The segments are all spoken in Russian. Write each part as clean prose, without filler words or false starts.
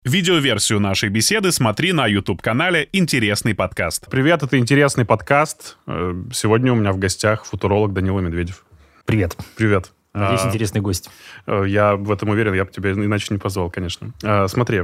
Видеоверсию нашей беседы смотри на YouTube-канале «Интересный подкаст». Привет, это «Интересный подкаст». Сегодня у меня в гостях футуролог Данила Медведев. Привет. Привет. Есть интересный гость. Я в этом уверен, я бы тебя иначе не позвал, конечно. Смотри,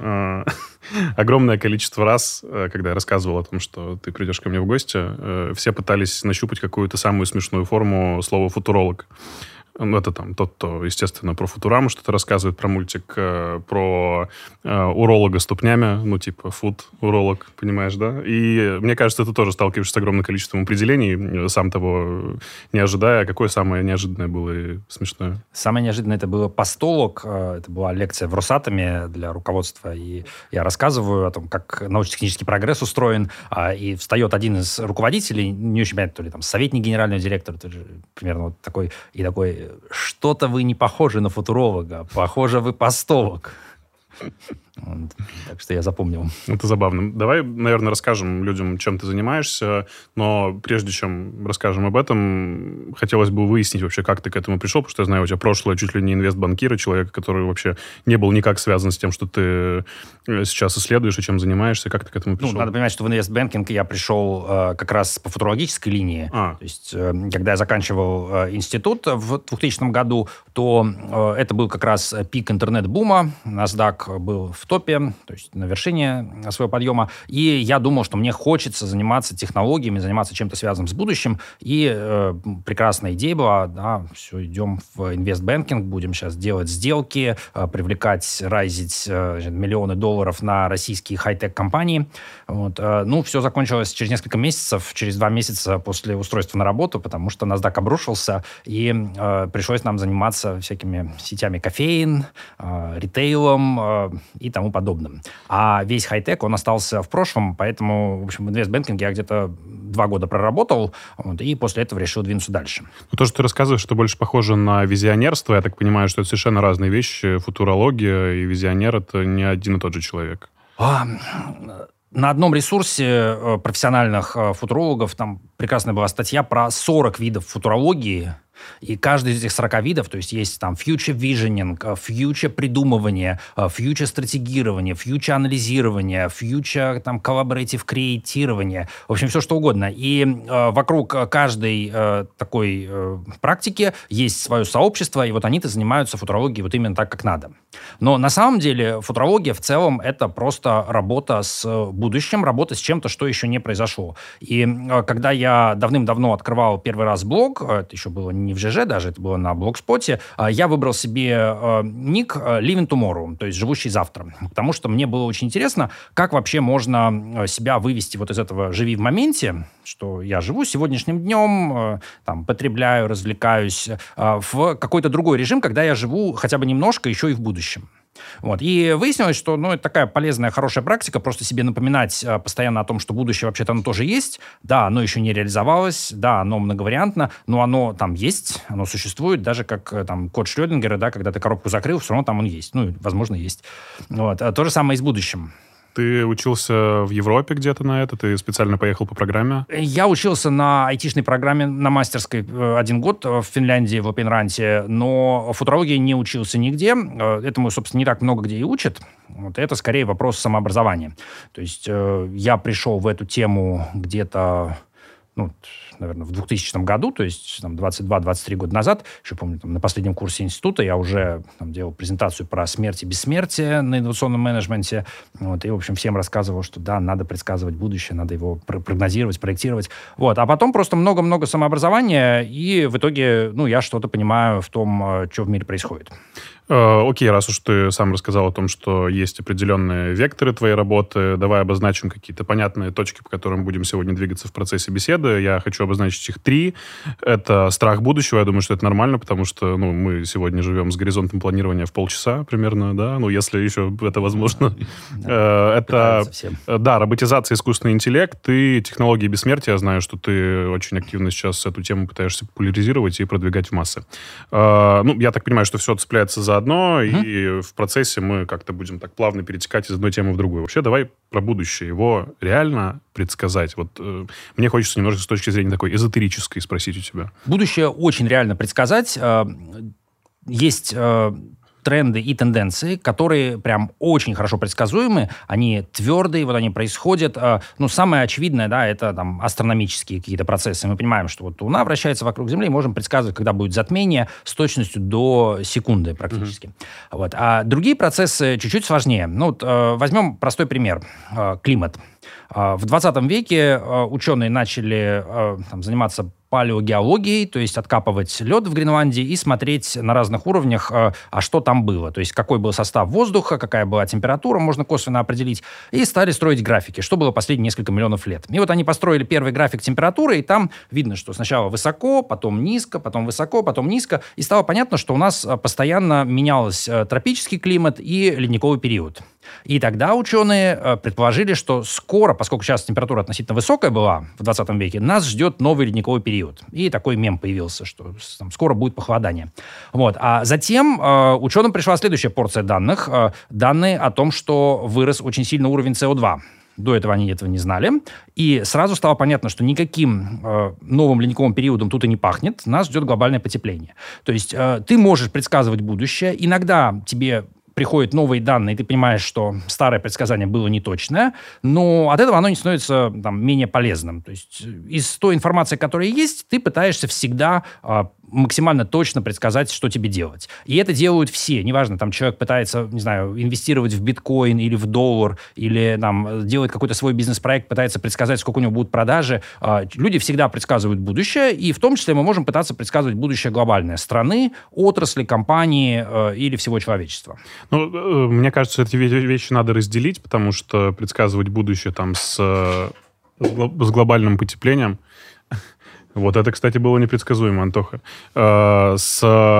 огромное количество раз, когда я рассказывал о том, что ты придешь ко мне в гости, все пытались нащупать какую-то самую смешную форму слова «футуролог». Ну, это там тот, кто, естественно, про Футураму что-то рассказывает, про мультик, про уролога ступнями, ну, типа фут-уролог, понимаешь, да? И мне кажется, ты тоже сталкиваешься с огромным количеством определений, сам того не ожидая. Какое самое неожиданное было и смешное? Самое неожиданное это было постолог. Это была лекция в Росатоме для руководства. И я рассказываю о том, как научно-технический прогресс устроен. И встает один из руководителей, не очень понятно, то ли там советник генерального директора, примерно вот такой, и такой: что-то вы не похожи на футуролога, похоже, вы постолог. Вот. Так что я запомнил. Это забавно. Давай, наверное, расскажем людям, чем ты занимаешься, но прежде чем расскажем об этом, хотелось бы выяснить вообще, как ты к этому пришел, потому что я знаю, у тебя прошлое чуть ли не инвестбанкира, человека, который вообще не был никак связан с тем, что ты сейчас исследуешь и чем занимаешься. Как ты к этому пришел? Ну, надо понимать, что в инвестбанкинг я пришел как раз по футурологической линии. То есть, когда я заканчивал институт в 2000 году, то это был как раз пик интернет-бума. NASDAQ был в топе, то есть на вершине своего подъема. И я думал, что мне хочется заниматься технологиями, заниматься чем-то связанным с будущим. И прекрасная идея была, да, все, идем в инвестбанкинг, будем сейчас делать сделки, привлекать, райзить миллионы долларов на российские хай-тек компании. Вот. Ну, все закончилось через несколько месяцев, через 2 месяца после устройства на работу, потому что NASDAQ обрушился, и пришлось нам заниматься всякими сетями кофеин, ритейлом и тому подобным. А весь хай-тек, он остался в прошлом, поэтому, в общем, в инвестбанкинге я где-то 2 года проработал, вот, и после этого решил двинуться дальше. Ну, то, что ты рассказываешь, что больше похоже на визионерство, я так понимаю, что это совершенно разные вещи. Футурология и визионер — это не один и тот же человек. На одном ресурсе профессиональных футурологов там прекрасная была статья про 40 видов футурологии, и каждый из этих 40 видов, то есть там future visioning, future придумывание, future стратегирование, future анализирование, future там collaborative креатирование, в общем, все что угодно. И вокруг каждой такой практики есть свое сообщество, и вот они-то занимаются футурологией вот именно так, как надо. Но на самом деле футурология в целом это просто работа с будущим, работа с чем-то, что еще не произошло. И когда я давным-давно открывал первый раз блог, это еще было не в ЖЖ даже, это было на блогспоте, я выбрал себе ник Living Tomorrow, то есть живущий завтра, потому что мне было очень интересно, как вообще можно себя вывести вот из этого «живи в моменте», что я живу сегодняшним днем, там, потребляю, развлекаюсь, в какой-то другой режим, когда я живу хотя бы немножко еще и в будущем. Вот. И выяснилось, что это такая полезная, хорошая практика, просто себе напоминать постоянно о том, что будущее вообще-то оно тоже есть. Да, оно еще не реализовалось, да, оно многовариантно, но оно там есть, оно существует, даже как там код Шрёдингера, да, когда ты коробку закрыл, все равно там он есть. Ну, возможно, есть. Вот. То же самое и с будущим. Ты учился в Европе где-то на это? Ты специально поехал по программе? Я учился на айтишной программе, на мастерской 1 год в Финляндии, в Лапинранте, но футурологии не учился нигде. Этому, собственно, не так много где и учат. Вот это скорее вопрос самообразования. То есть я пришел в эту тему где-то, наверное, в 2000 году, то есть там 22-23 года назад, еще помню, там, на последнем курсе института я уже там делал презентацию про смерть и бессмертие на инновационном менеджменте, вот, и, в общем, всем рассказывал, что да, надо предсказывать будущее, надо его прогнозировать, проектировать, вот, а потом просто много-много самообразования, и в итоге, я что-то понимаю в том, что в мире происходит. Окей, раз уж ты сам рассказал о том, что есть определенные векторы твоей работы, давай обозначим какие-то понятные точки, по которым будем сегодня двигаться в процессе беседы. Я хочу обозначить их 3. Это страх будущего. Я думаю, что это нормально, потому что мы сегодня живем с горизонтом планирования в полчаса примерно, да, если еще это возможно. Это, да, роботизация, искусственный интеллект и технологии бессмертия. Я знаю, что ты очень активно сейчас эту тему пытаешься популяризировать и продвигать в массы. Я так понимаю, что все цепляется за одно, и в процессе мы как-то будем так плавно перетекать из одной темы в другую. Вообще, давай про будущее. Его реально предсказать? Вот мне хочется немножко с точки зрения такой эзотерической спросить у тебя. Будущее очень реально предсказать. Есть тренды и тенденции, которые прям очень хорошо предсказуемы, они твердые, вот они происходят. Ну, самое очевидное, да, это там астрономические какие-то процессы. Мы понимаем, что вот Луна вращается вокруг Земли, и можем предсказывать, когда будет затмение с точностью до секунды практически. Вот. А другие процессы чуть-чуть сложнее. Ну, вот, возьмем простой пример. Климат. В 20 веке ученые начали заниматься палеогеологией, то есть откапывать лед в Гренландии и смотреть на разных уровнях, а что там было. То есть какой был состав воздуха, какая была температура, можно косвенно определить. И стали строить графики, что было последние несколько миллионов лет. И вот они построили первый график температуры, и там видно, что сначала высоко, потом низко, потом высоко, потом низко. И стало понятно, что у нас постоянно менялся тропический климат и ледниковый период. И тогда ученые предположили, что скоро, поскольку сейчас температура относительно высокая была в 20 веке, нас ждет новый ледниковый период. И такой мем появился, что там скоро будет похолодание. Вот. А затем ученым пришла следующая порция данных. Данные о том, что вырос очень сильно уровень СО2. До этого они этого не знали. И сразу стало понятно, что никаким новым ледниковым периодом тут и не пахнет. Нас ждет глобальное потепление. То есть ты можешь предсказывать будущее. Иногда тебе приходят новые данные, и ты понимаешь, что старое предсказание было неточное, но от этого оно не становится менее полезным. То есть из той информации, которая есть, ты пытаешься всегда максимально точно предсказать, что тебе делать. И это делают все. Неважно, человек пытается, не знаю, инвестировать в биткоин или в доллар, или делает какой-то свой бизнес-проект, пытается предсказать, сколько у него будут продажи. Люди всегда предсказывают будущее, и в том числе мы можем пытаться предсказывать будущее глобальное страны, отрасли, компании или всего человечества. Ну, мне кажется, эти вещи надо разделить, потому что предсказывать будущее с глобальным потеплением. Вот это, кстати, было непредсказуемо, Антоха. С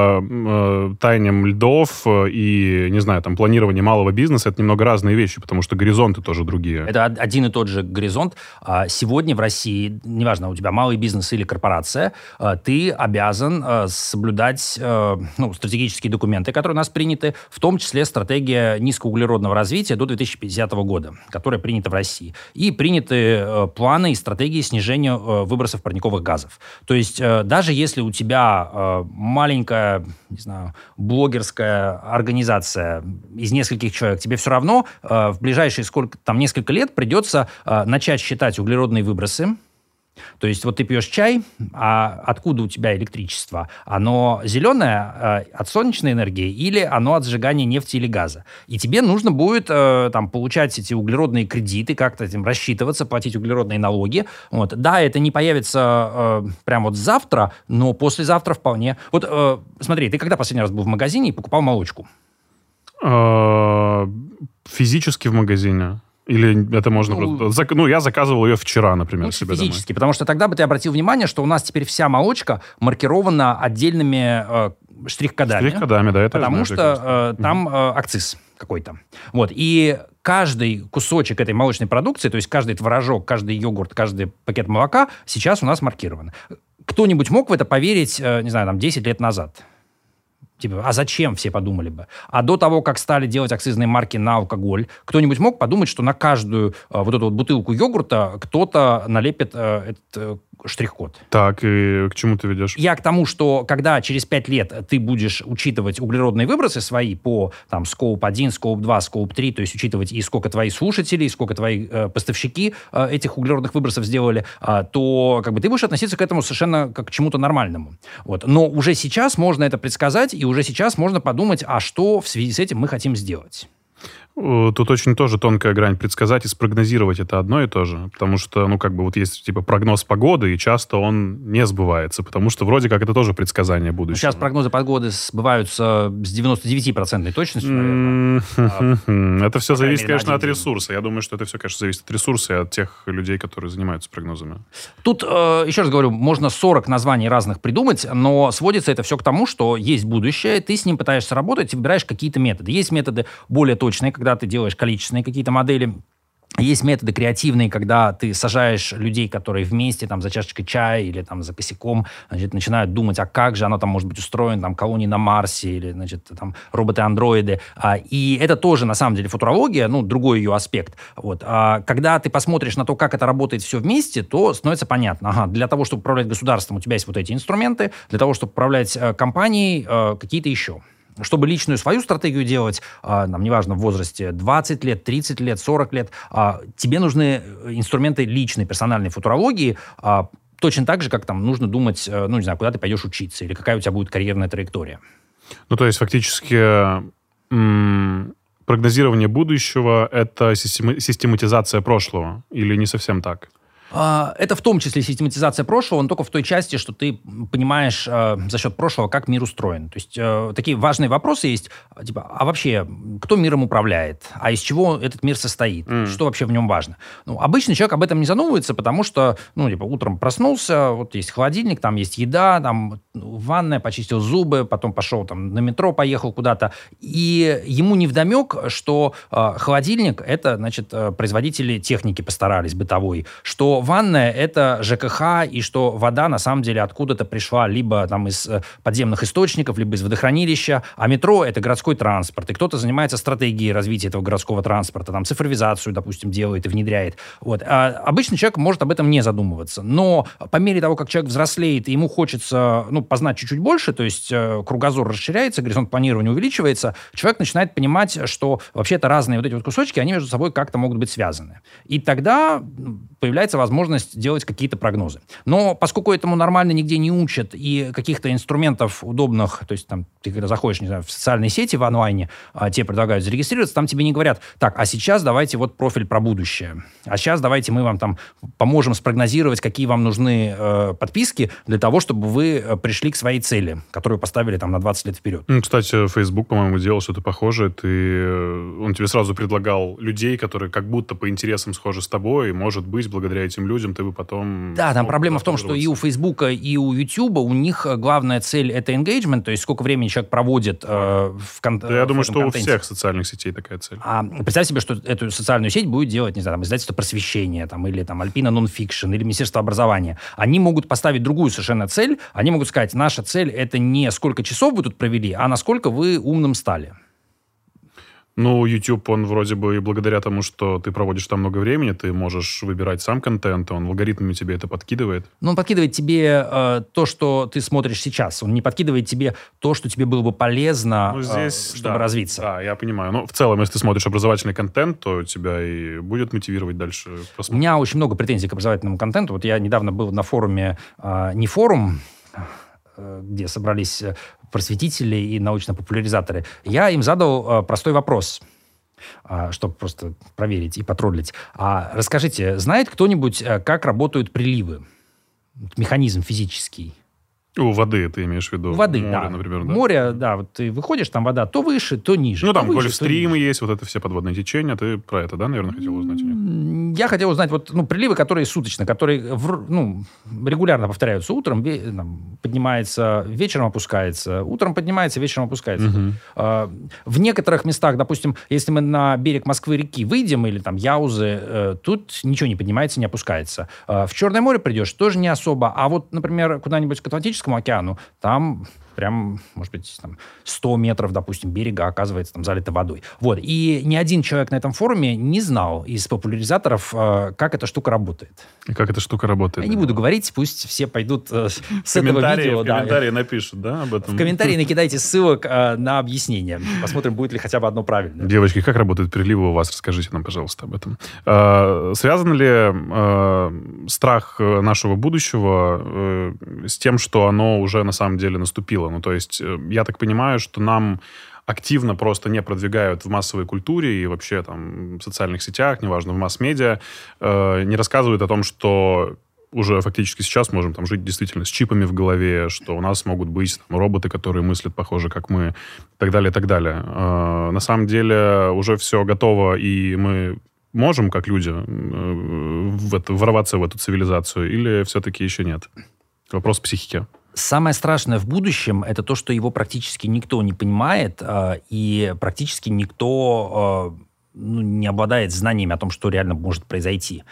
таянием льдов и, не знаю, планирование малого бизнеса — это немного разные вещи, потому что горизонты тоже другие. Это один и тот же горизонт. Сегодня в России, неважно, у тебя малый бизнес или корпорация, ты обязан соблюдать стратегические документы, которые у нас приняты, в том числе стратегия низкоуглеродного развития до 2050 года, которая принята в России. И приняты планы и стратегии снижения выбросов парниковых газов. То есть даже если у тебя маленькая, не знаю, блогерская организация из нескольких человек, тебе все равно в ближайшие несколько лет придется начать считать углеродные выбросы. То есть вот ты пьешь чай, а откуда у тебя электричество? Оно зеленое от солнечной энергии или оно от сжигания нефти или газа? И тебе нужно будет получать эти углеродные кредиты, как-то этим рассчитываться, платить углеродные налоги. Вот. Да, это не появится прямо вот завтра, но послезавтра вполне. Вот смотри, ты когда последний раз был в магазине и покупал молочку? Физически в магазине. Или это можно просто... я заказывал ее вчера, например, себе домой. Физически, потому что тогда бы ты обратил внимание, что у нас теперь вся молочка маркирована отдельными штрих-кодами. Штрих-кодами, да, это потому что там акциз какой-то. Вот. И каждый кусочек этой молочной продукции, то есть каждый творожок, каждый йогурт, каждый пакет молока сейчас у нас маркирован. Кто-нибудь мог в это поверить, не знаю, 10 лет назад? А зачем, все подумали бы? А до того, как стали делать акцизные марки на алкоголь, кто-нибудь мог подумать, что на каждую вот эту вот бутылку йогурта кто-то налепит этот штрих-код? Так, и к чему ты ведешь? Я к тому, что когда через 5 лет ты будешь учитывать углеродные выбросы свои по Scope 1, Scope 2, Scope 3, то есть учитывать и сколько твои слушатели, и сколько твои поставщики этих углеродных выбросов сделали, то ты будешь относиться к этому совершенно как к чему-то нормальному. Вот. Но уже сейчас можно это предсказать, и уже сейчас можно подумать, а что в связи с этим мы хотим сделать. Тут очень тоже тонкая грань. Предсказать и спрогнозировать — это одно и то же. Потому что, есть прогноз погоды, и часто он не сбывается. Потому что вроде как это тоже предсказание будущего. Сейчас прогнозы погоды сбываются с 99% точностью, наверное. Это все зависит, конечно, от ресурса. Я думаю, что это все, конечно, зависит от ресурса и от тех людей, которые занимаются прогнозами. Тут, еще раз говорю, можно 40 названий разных придумать, но сводится это все к тому, что есть будущее, ты с ним пытаешься работать и выбираешь какие-то методы. Есть методы более точные, когда ты делаешь количественные какие-то модели. Есть методы креативные, когда ты сажаешь людей, которые вместе за чашечкой чая или за косяком, начинают думать, а как же оно может быть устроено, колонии на Марсе или, роботы-андроиды. И это тоже, на самом деле, футурология, другой ее аспект. Вот. Когда ты посмотришь на то, как это работает все вместе, то становится понятно. Для того, чтобы управлять государством, у тебя есть вот эти инструменты, для того, чтобы управлять компанией, какие-то еще. чтобы личную свою стратегию делать, нам неважно, в возрасте 20 лет, 30 лет, 40 лет, тебе нужны инструменты личной, персональной футурологии, точно так же, как там нужно думать, ну, не знаю, куда ты пойдешь учиться, или какая у тебя будет карьерная траектория. Ну, то есть, фактически, прогнозирование будущего — это систематизация прошлого, или не совсем так? Это в том числе систематизация прошлого, но только в той части, что ты понимаешь за счет прошлого, как мир устроен. То есть такие важные вопросы есть, типа, а вообще, кто миром управляет? А из чего этот мир состоит? Что вообще в нем важно? Ну, обычный человек об этом не задумывается, потому что, ну, типа, утром проснулся, вот есть холодильник, там есть еда, там ванная, почистил зубы, потом пошел там на метро, поехал куда-то, и ему невдомек, что холодильник — это, значит, производители техники постарались, бытовой, что ванная — это ЖКХ, и что вода, на самом деле, откуда-то пришла либо там из подземных источников, либо из водохранилища, а метро — это городской транспорт, и кто-то занимается стратегией развития этого городского транспорта, там цифровизацию, допустим, делает и внедряет. Вот. А обычный человек может об этом не задумываться. Но по мере того, как человек взрослеет, и ему хочется, ну, познать чуть-чуть больше, то есть кругозор расширяется, горизонт планирования увеличивается, человек начинает понимать, что вообще-то разные вот эти вот кусочки, они между собой как-то могут быть связаны. И тогда появляется возможность делать какие-то прогнозы. Но поскольку этому нормально нигде не учат, и каких-то инструментов удобных, то есть там ты когда заходишь, не знаю, в социальные сети в онлайне, тебе предлагают зарегистрироваться, там тебе не говорят: так, а сейчас давайте вот профиль про будущее, а сейчас давайте мы вам там поможем спрогнозировать, какие вам нужны подписки для того, чтобы вы пришли к своей цели, которую поставили там на 20 лет вперед. Кстати, Facebook, по-моему, делал что-то похожее. Он тебе сразу предлагал людей, которые как будто по интересам схожи с тобой, и, может быть, благодаря этим людям ты бы потом... Да, там проблема в том, что и у Фейсбука, и у Ютуба у них главная цель — это engagement, то есть сколько времени человек проводит в контенте. Да, я думаю, что у всех социальных сетей такая цель. Представь себе, что эту социальную сеть будет делать, не знаю, там, издательство «Просвещение», там, или там Alpina Nonfiction, или Министерство образования. Они могут поставить другую совершенно цель. Они могут сказать: наша цель — это не сколько часов вы тут провели, а насколько вы умным стали. Ну, YouTube, он вроде бы, и благодаря тому, что ты проводишь там много времени, ты можешь выбирать сам контент, он алгоритмами тебе это подкидывает. Но он подкидывает тебе то, что ты смотришь сейчас. Он не подкидывает тебе то, что тебе было бы полезно, здесь, чтобы развиться. Да, я понимаю. Но в целом, если ты смотришь образовательный контент, то тебя и будет мотивировать дальше просмотреть. У меня очень много претензий к образовательному контенту. Вот я недавно был на форуме, не форум, где собрались просветители и научно-популяризаторы. Я им задал простой вопрос, чтобы просто проверить и потроллить. Расскажите, знает кто-нибудь, как работают приливы? Механизм физический. У воды ты имеешь в виду? У воды, море, да. Например, да. Море, да. Вот ты выходишь, там вода то выше, то ниже. Ну, там гольфстримы есть, вот это все подводные течения. Ты про это, да, наверное, хотел узнать? Я хотел узнать приливы, которые суточно, которые регулярно повторяются. Утром поднимается, вечером опускается. Утром поднимается, вечером опускается. Угу. В некоторых местах, допустим, если мы на берег Москвы-реки выйдем, или там Яузы, тут ничего не поднимается, не опускается. В Черное море придешь, тоже не особо. А вот, например, куда-нибудь к Атлантическому океану, там прям, может быть, там 100 метров, допустим, берега оказывается там залито водой. Вот. И ни один человек на этом форуме не знал из популяризаторов, как эта штука работает. И как эта штука работает? Я не буду говорить, пусть все пойдут с этого видео. В комментарии напишут, да, об этом? В комментарии накидайте ссылок на объяснение. Посмотрим, будет ли хотя бы одно правильное. Девочки, как работают приливы у вас? Расскажите нам, пожалуйста, об этом. Связан ли страх нашего будущего с тем, что оно уже на самом деле наступило? Ну, то есть, я так понимаю, что нам активно просто не продвигают в массовой культуре и вообще там в социальных сетях, неважно, в масс-медиа, не рассказывают о том, что уже фактически сейчас можем там жить действительно с чипами в голове, что у нас могут быть там роботы, которые мыслят похоже, как мы, и так далее, и так далее. На самом деле уже все готово, и мы можем, как люди, ворваться в эту цивилизацию, или все-таки еще нет? Вопрос психики. Самое страшное в будущем — это то, что его практически никто не понимает, и практически никто не обладает знаниями о том, что реально может произойти.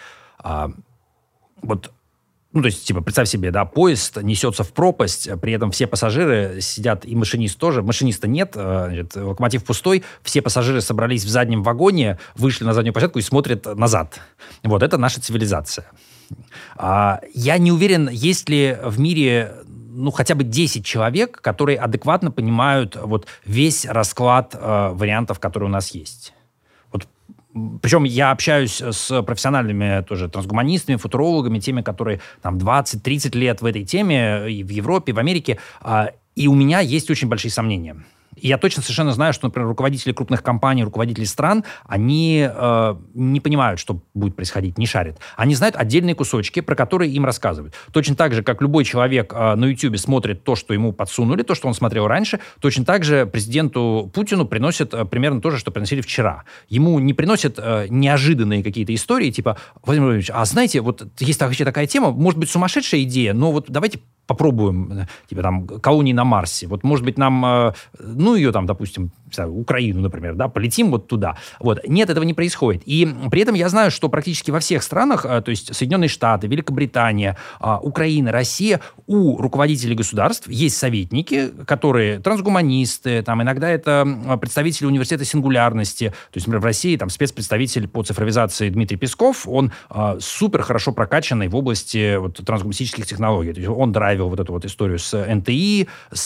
Вот, то есть, типа, представь себе, да, поезд несется в пропасть, при этом все пассажиры сидят, и машинист тоже. Машиниста нет, значит, локомотив пустой, все пассажиры собрались в заднем вагоне, вышли на заднюю площадку и смотрят назад. Вот, это наша цивилизация. Я не уверен, есть ли в мире хотя бы 10 человек, которые адекватно понимают вот весь расклад вариантов, которые у нас есть. Вот. Причем я общаюсь с профессиональными тоже трансгуманистами, футурологами, теми, которые там 20-30 лет в этой теме, и в Европе, и в Америке, и у меня есть очень большие сомнения. И я точно совершенно знаю, что, например, руководители крупных компаний, руководители стран, они не понимают, что будет происходить, не шарят. Они знают отдельные кусочки, про которые им рассказывают. Точно так же, как любой человек на YouTube смотрит то, что ему подсунули, то, что он смотрел раньше, точно так же президенту Путину приносят примерно то же, что приносили вчера. Ему не приносят неожиданные какие-то истории, типа, Владимир Владимирович, а знаете, вот есть вообще такая тема, может быть, сумасшедшая идея, но вот давайте попробуем, типа, там, колонии на Марсе. Вот, может быть, нам, ее там, допустим, Украину, например, да, полетим вот туда. Вот. Нет, этого не происходит. И при этом я знаю, что практически во всех странах, то есть Соединенные Штаты, Великобритания, Украина, Россия, у руководителей государств есть советники, которые трансгуманисты, там, иногда это представители университета сингулярности. То есть, например, в России там спецпредставитель по цифровизации Дмитрий Песков, он супер хорошо прокачанный в области вот, трансгуманистических технологий. То есть он драйвил вот эту вот историю с НТИ,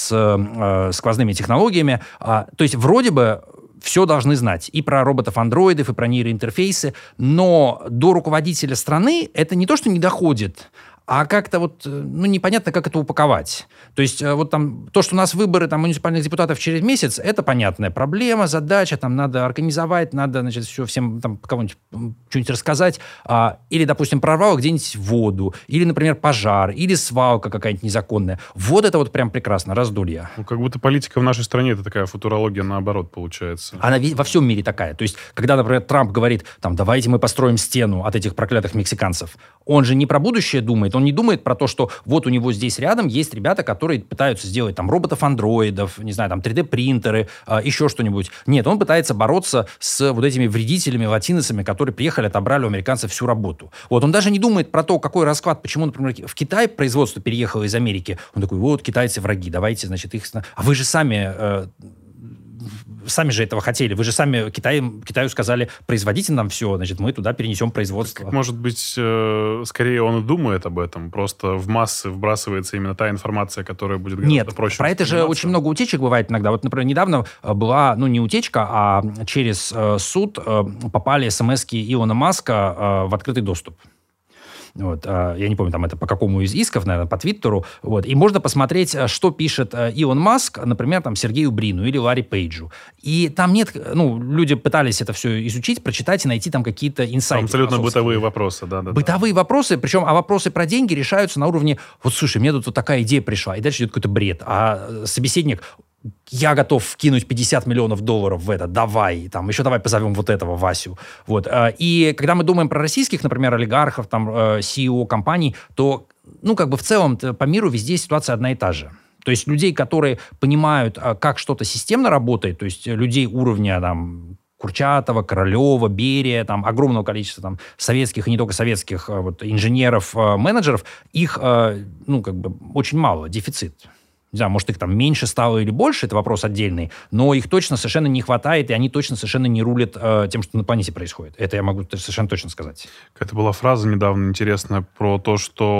с сквозными технологиями. То есть вроде бы все должны знать и про роботов-андроидов, и про нейроинтерфейсы, но до руководителя страны это не то, что не доходит, а как-то вот, непонятно, как это упаковать. То есть вот там то, что у нас выборы там, муниципальных депутатов через месяц, это понятная проблема, задача, там надо организовать, надо, значит, все всем там кого-нибудь что-нибудь рассказать. Или, допустим, прорвало где-нибудь воду, или, например, пожар, или свалка какая-нибудь незаконная. Вот это вот прям прекрасно, раздолье. Как будто политика в нашей стране это такая футурология наоборот получается. Она во всем мире такая. То есть, когда, например, Трамп говорит, там, давайте мы построим стену от этих проклятых мексиканцев, он же не про будущее думает, он не думает про то, что вот у него здесь рядом есть ребята, которые пытаются сделать там роботов-андроидов, не знаю, там 3D-принтеры, еще что-нибудь. Нет, он пытается бороться с вот этими вредителями, латиносами, которые приехали, отобрали у американцев всю работу. Вот, он даже не думает про то, какой расклад, почему, например, в Китай производство переехало из Америки. Он такой, вот, китайцы враги, давайте, значит, их... А вы же сами же этого хотели. Вы же сами Китаю сказали, производите нам все, значит, мы туда перенесем производство. Так, может быть, скорее он и думает об этом, просто в массы вбрасывается именно та информация, которая будет гораздо проще. Нет, про это же очень много утечек бывает иногда. Вот, например, недавно была, не утечка, а через суд попали смс-ки Илона Маска в открытый доступ. Вот, я не помню, там это по какому из исков, наверное, по Твиттеру. Вот, и можно посмотреть, что пишет Илон Маск, например, там, Сергею Брину или Ларри Пейджу. И там нет... люди пытались это все изучить, прочитать и найти там какие-то инсайты. Там абсолютно бытовые вопросы, да. Бытовые вопросы, причем вопросы про деньги решаются на уровне, вот, слушай, мне тут вот такая идея пришла, и дальше идет какой-то бред. А собеседник... Я готов вкинуть $50 миллионов в это, давай позовем вот этого Васю. Вот. И когда мы думаем про российских, например, олигархов, там, CEO компаний, то, в целом по миру везде ситуация одна и та же. То есть людей, которые понимают, как что-то системно работает, то есть людей уровня, там, Курчатова, Королева, Берия, там, огромного количества там, советских и не только советских инженеров, менеджеров, их, очень мало, дефицит. Не знаю, может, их там меньше стало или больше, это вопрос отдельный, но их точно совершенно не хватает, и они точно совершенно не рулят тем, что на планете происходит. Это я могу совершенно точно сказать. Какая-то была фраза недавно интересная про то,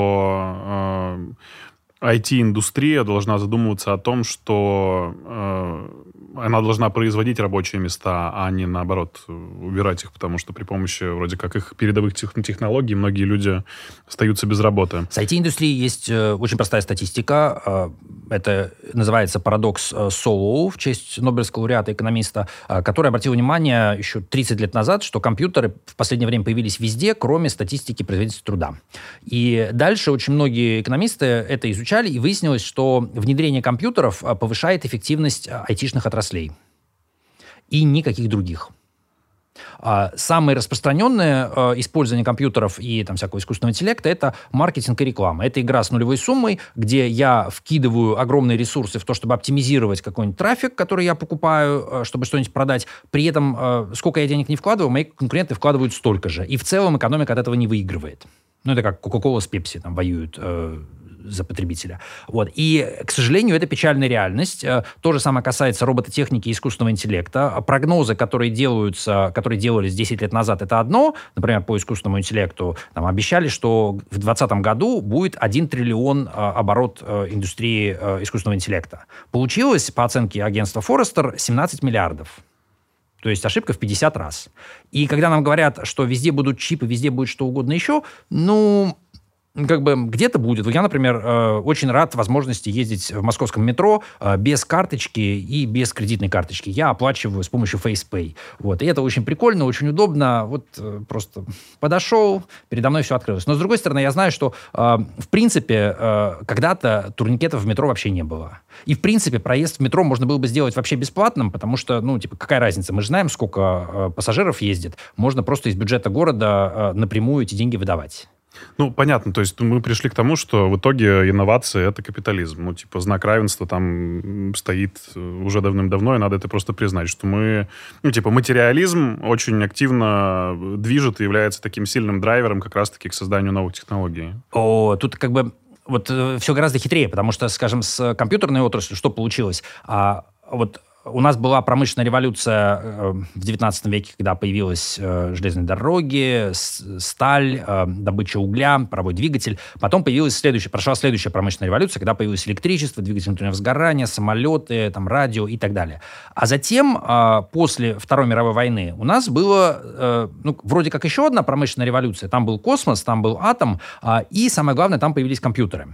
что IT-индустрия должна задумываться о том, что она должна производить рабочие места, а не, наоборот, убирать их, потому что при помощи, вроде как, их передовых технологий многие люди остаются без работы. С IT-индустрией есть очень простая статистика. Это называется парадокс Солоу в честь Нобелевского лауреата-экономиста, который обратил внимание еще 30 лет назад, что компьютеры в последнее время появились везде, кроме статистики производительности труда. И дальше очень многие экономисты это изучали, и выяснилось, что внедрение компьютеров повышает эффективность айтишных отраслей. И никаких других. Самое распространенное использование компьютеров и там, всякого искусственного интеллекта — это маркетинг и реклама. Это игра с нулевой суммой, где я вкидываю огромные ресурсы в то, чтобы оптимизировать какой-нибудь трафик, который я покупаю, чтобы что-нибудь продать. При этом, сколько я денег не вкладываю, мои конкуренты вкладывают столько же. И в целом экономика от этого не выигрывает. Это как Coca-Cola с Pepsi там воюют за потребителя. Вот. И, к сожалению, это печальная реальность. То же самое касается робототехники и искусственного интеллекта. Прогнозы, которые делались 10 лет назад, это одно. Например, по искусственному интеллекту там, обещали, что в 2020 году будет 1 триллион оборот индустрии искусственного интеллекта. Получилось, по оценке агентства Forrester, 17 миллиардов. То есть ошибка в 50 раз. И когда нам говорят, что везде будут чипы, везде будет что угодно еще, где-то будет. Я, например, очень рад возможности ездить в московском метро без карточки и без кредитной карточки. Я оплачиваю с помощью FacePay. Вот. И это очень прикольно, очень удобно. Вот просто подошел, передо мной все открылось. Но, с другой стороны, я знаю, что, в принципе, когда-то турникетов в метро вообще не было. И, в принципе, проезд в метро можно было бы сделать вообще бесплатным, потому что, какая разница? Мы же знаем, сколько пассажиров ездит. Можно просто из бюджета города напрямую эти деньги выдавать. Понятно. То есть мы пришли к тому, что в итоге инновации — это капитализм. Знак равенства там стоит уже давным-давно, и надо это просто признать, что материализм очень активно движет и является таким сильным драйвером как раз-таки к созданию новых технологий. Тут все гораздо хитрее, потому что, скажем, с компьютерной отраслью что получилось? У нас была промышленная революция в 19 веке, когда появились железные дороги, сталь, добыча угля, паровой двигатель. Потом прошла следующая промышленная революция, когда появилось электричество, двигатель внутреннего сгорания, самолеты, радио и так далее. А затем, после Второй мировой войны, у нас было вроде как еще одна промышленная революция. Там был космос, там был атом, и, самое главное, там появились компьютеры.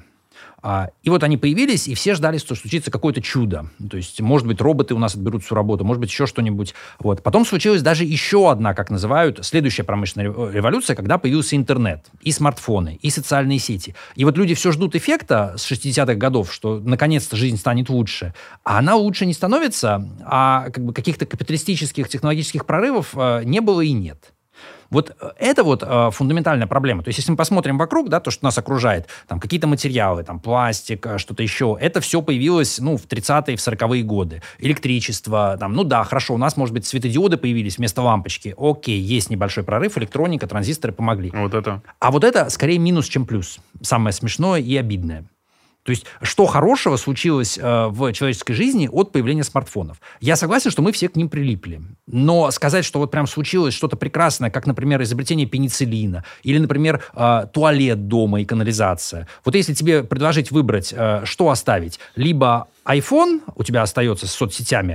И вот они появились, и все ждали, что случится какое-то чудо. То есть, может быть, роботы у нас отберут всю работу, может быть, еще что-нибудь. Вот. Потом случилась даже еще одна, как называют, следующая промышленная революция, когда появился интернет, и смартфоны, и социальные сети. И вот люди все ждут эффекта с 60-х годов, что наконец-то жизнь станет лучше. А она лучше не становится, а каких-то капиталистических технологических прорывов не было и нет. Вот это фундаментальная проблема. То есть, если мы посмотрим вокруг, да, то, что нас окружает, там какие-то материалы, там пластик, что-то еще, это все появилось, в 30-е, в 40-е годы. Электричество, хорошо, у нас, может быть, светодиоды появились вместо лампочки. Окей, есть небольшой прорыв, электроника, транзисторы помогли. А вот это скорее минус, чем плюс. Самое смешное и обидное. То есть, что хорошего случилось в человеческой жизни от появления смартфонов? Я согласен, что мы все к ним прилипли. Но сказать, что вот прям случилось что-то прекрасное, как, например, изобретение пенициллина, или, например, туалет дома и канализация. Вот если тебе предложить выбрать, что оставить, либо iPhone у тебя остается с соцсетями,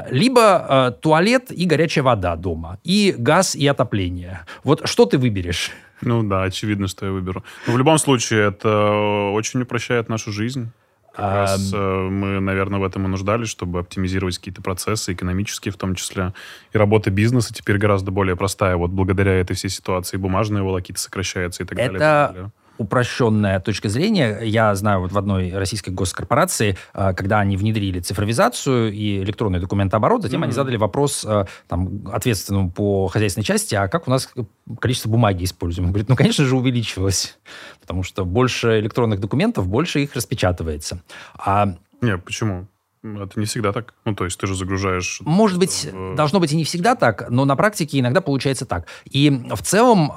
либо туалет и горячая вода дома, и газ, и отопление. Вот что ты выберешь? Очевидно, что я выберу. Но в любом случае, это очень упрощает нашу жизнь. Как раз мы, наверное, в этом и нуждались, чтобы оптимизировать какие-то процессы, экономические в том числе. И работа бизнеса теперь гораздо более простая. Вот благодаря этой всей ситуации бумажные волокиты сокращаются и так далее. Это упрощенная точка зрения. Я знаю, вот в одной российской госкорпорации, когда они внедрили цифровизацию и электронный документооборот, затем они задали вопрос ответственному по хозяйственной части, а как у нас количество бумаги используем? Он говорит, конечно же, увеличилось, потому что больше электронных документов, больше их распечатывается. Нет, почему? Это не всегда так. То есть ты же загружаешь... Может быть, должно быть и не всегда так, но на практике иногда получается так. И в целом,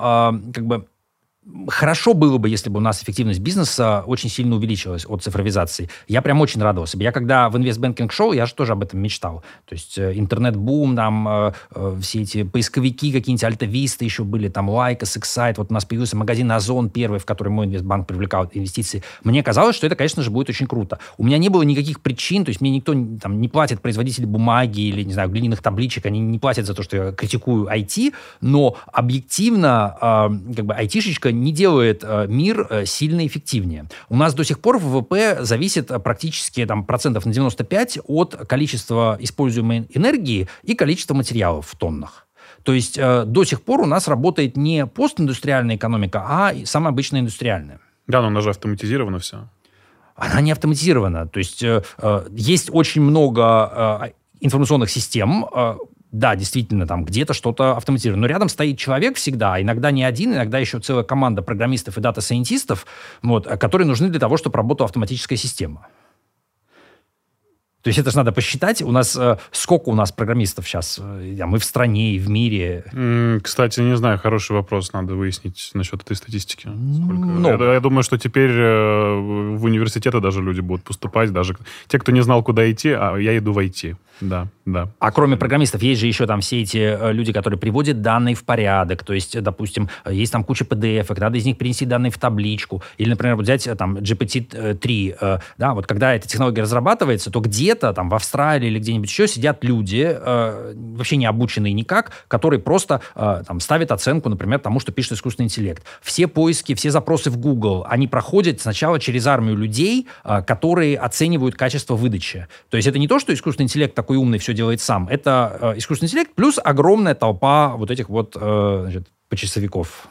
хорошо было бы, если бы у нас эффективность бизнеса очень сильно увеличилась от цифровизации. Я прям очень радовался. Я когда в инвестбэнкинг шел, я же тоже об этом мечтал. То есть интернет-бум, все эти поисковики какие-нибудь, Альта-Виста еще были, Лайка, Сексайт. Вот у нас появился магазин Озон первый, в который мой инвестбанк привлекал инвестиции. Мне казалось, что это, конечно же, будет очень круто. У меня не было никаких причин, то есть мне никто не платит, производители бумаги или, не знаю, глиняных табличек, они не платят за то, что я критикую IT, но объективно айтишечка не делает мир сильно эффективнее. У нас до сих пор ВВП зависит практически процентов на 95 от количества используемой энергии и количества материалов в тоннах. То есть до сих пор у нас работает не постиндустриальная экономика, а самая обычная индустриальная. Да, но она же автоматизирована все. Она не автоматизирована. То есть есть очень много информационных систем. Да, действительно, где-то что-то автоматизировано. Но рядом стоит человек всегда, иногда не один, иногда еще целая команда программистов и дата-сайентистов, которые нужны для того, чтобы работала автоматическая система. То есть это же надо посчитать. У нас сколько у нас программистов сейчас? Мы в стране и в мире. Кстати, не знаю, хороший вопрос. Надо выяснить насчет этой статистики. Много. Я думаю, что теперь в университеты даже люди будут поступать. Даже те, кто не знал, куда идти, а я иду в IT. Да. А кроме программистов, есть же еще там все эти люди, которые приводят данные в порядок. То есть, допустим, есть там куча PDF-ок, надо из них перенести данные в табличку. Или, например, взять там GPT-3. Да, вот когда эта технология разрабатывается, то где-то там в Австралии или где-нибудь еще сидят люди, вообще не обученные никак, которые просто там ставят оценку, например, тому, что пишет искусственный интеллект. Все поиски, все запросы в Google, они проходят сначала через армию людей, которые оценивают качество выдачи. То есть это не то, что искусственный интеллект такой умный все делает сам. Это искусственный интеллект плюс огромная толпа вот этих вот почасовиков.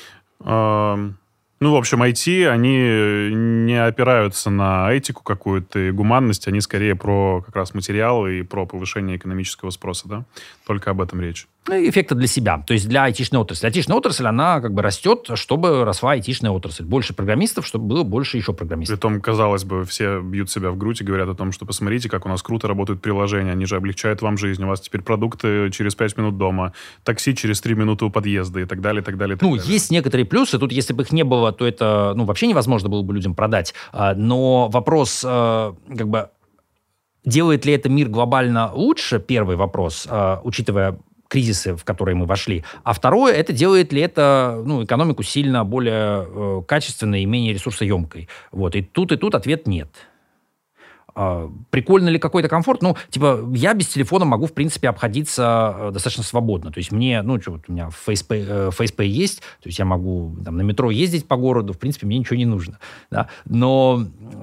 В общем, IT, они не опираются на этику какую-то и гуманность, они скорее про как раз материалы и про повышение экономического спроса, да? Только об этом речь. Эффекта для себя, то есть для айтишной отрасли. Айтишная отрасль, она как бы растет, чтобы росла айтишная отрасль. Больше программистов, чтобы было больше еще программистов. Притом, казалось бы, все бьют себя в грудь и говорят о том, что посмотрите, как у нас круто работают приложения, они же облегчают вам жизнь, у вас теперь продукты через 5 минут дома, такси через 3 минуты у подъезда и так далее, и так далее. Есть некоторые плюсы, тут если бы их не было, то это вообще невозможно было бы людям продать. Но вопрос, делает ли это мир глобально лучше, первый вопрос, учитывая кризисы, в которые мы вошли. А второе, это делает ли это экономику сильно более качественной и менее ресурсоемкой. Вот. И тут ответ нет. Прикольно ли какой-то комфорт? Я без телефона могу, в принципе, обходиться достаточно свободно. То есть мне, у меня FacePay есть, то есть я могу на метро ездить по городу, в принципе, мне ничего не нужно. Да? Но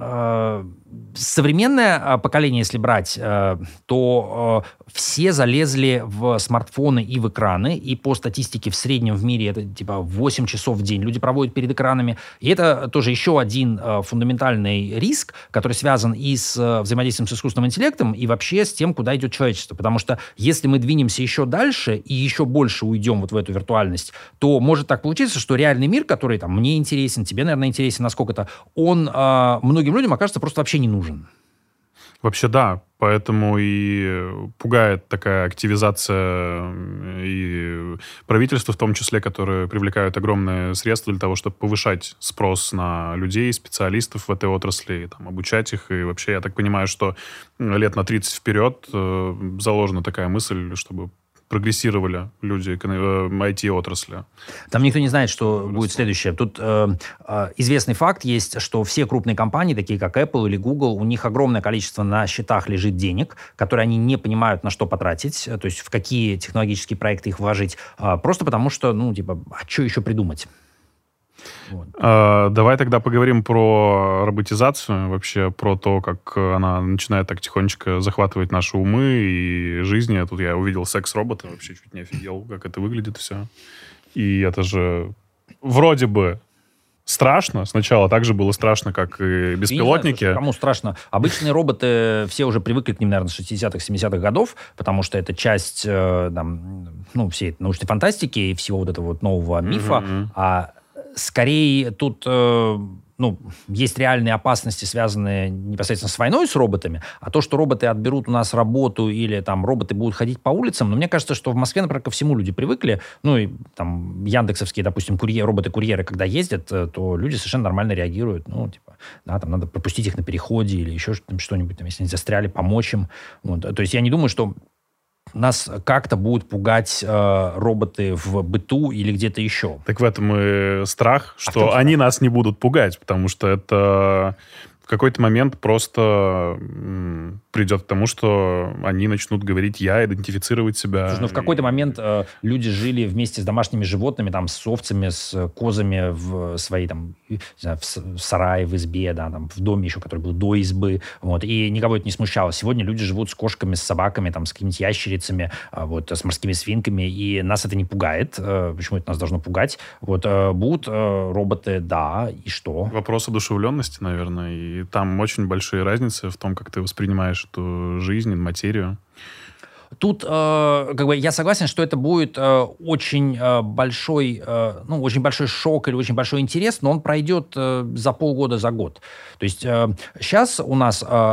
современное поколение, если брать, то все залезли в смартфоны и в экраны, и по статистике в среднем в мире это 8 часов в день люди проводят перед экранами. И это тоже еще один фундаментальный риск, который связан и с взаимодействием с искусственным интеллектом, и вообще с тем, куда идет человечество. Потому что если мы двинемся еще дальше и еще больше уйдем в эту виртуальность, то может так получиться, что реальный мир, который мне интересен, тебе, наверное, интересен насколько-то, он многим людям окажется просто вообще не нужен. Вообще, да. Поэтому и пугает такая активизация и правительства, в том числе, которые привлекают огромные средства для того, чтобы повышать спрос на людей, специалистов в этой отрасли, и, обучать их. И вообще, я так понимаю, что лет на 30 вперед заложена такая мысль, чтобы прогрессировали люди IT-отрасли. Там никто не знает, что будет следующее. Тут известный факт есть, что все крупные компании, такие как Apple или Google, у них огромное количество на счетах лежит денег, которые они не понимают, на что потратить, то есть в какие технологические проекты их вложить, просто потому что, а что еще придумать? Вот. Давай тогда поговорим про роботизацию, вообще про то, как она начинает так тихонечко захватывать наши умы и жизни. Тут я увидел секс-робота, вообще чуть не офигел, как это выглядит все. И это же вроде бы страшно. Сначала так же было страшно, как и беспилотники. Знаю, кому страшно? Обычные роботы, все уже привыкли к ним, наверное, с 60-х, 70-х годов, потому что это часть всей этой научной фантастики и всего вот этого вот нового мифа. А скорее тут есть реальные опасности, связанные непосредственно с войной с роботами, а то, что роботы отберут у нас работу или роботы будут ходить по улицам, мне кажется, что в Москве, например, ко всему люди привыкли, и яндексовские, допустим, роботы-курьеры, когда ездят, то люди совершенно нормально реагируют, надо пропустить их на переходе или еще что-нибудь, если они застряли, помочь им. То есть я не думаю, что нас как-то будут пугать роботы в быту или где-то еще. Так в этом и страх, что они нас не будут пугать, потому что это в какой-то момент просто придет к тому, что они начнут говорить «я», идентифицировать себя. Слушай, в какой-то момент люди жили вместе с домашними животными, с овцами, с козами в своей, в сарае, в избе, в доме еще, который был до избы, и никого это не смущало. Сегодня люди живут с кошками, с собаками, с какими-нибудь ящерицами, с морскими свинками, и нас это не пугает. Почему это нас должно пугать? Будут роботы, да, и что? Вопрос одушевленности, наверное, и там очень большие разницы в том, как ты воспринимаешь эту жизнь, материю. Тут я согласен, что это будет очень большой шок или очень большой интерес, но он пройдет за полгода, за год. То есть сейчас у нас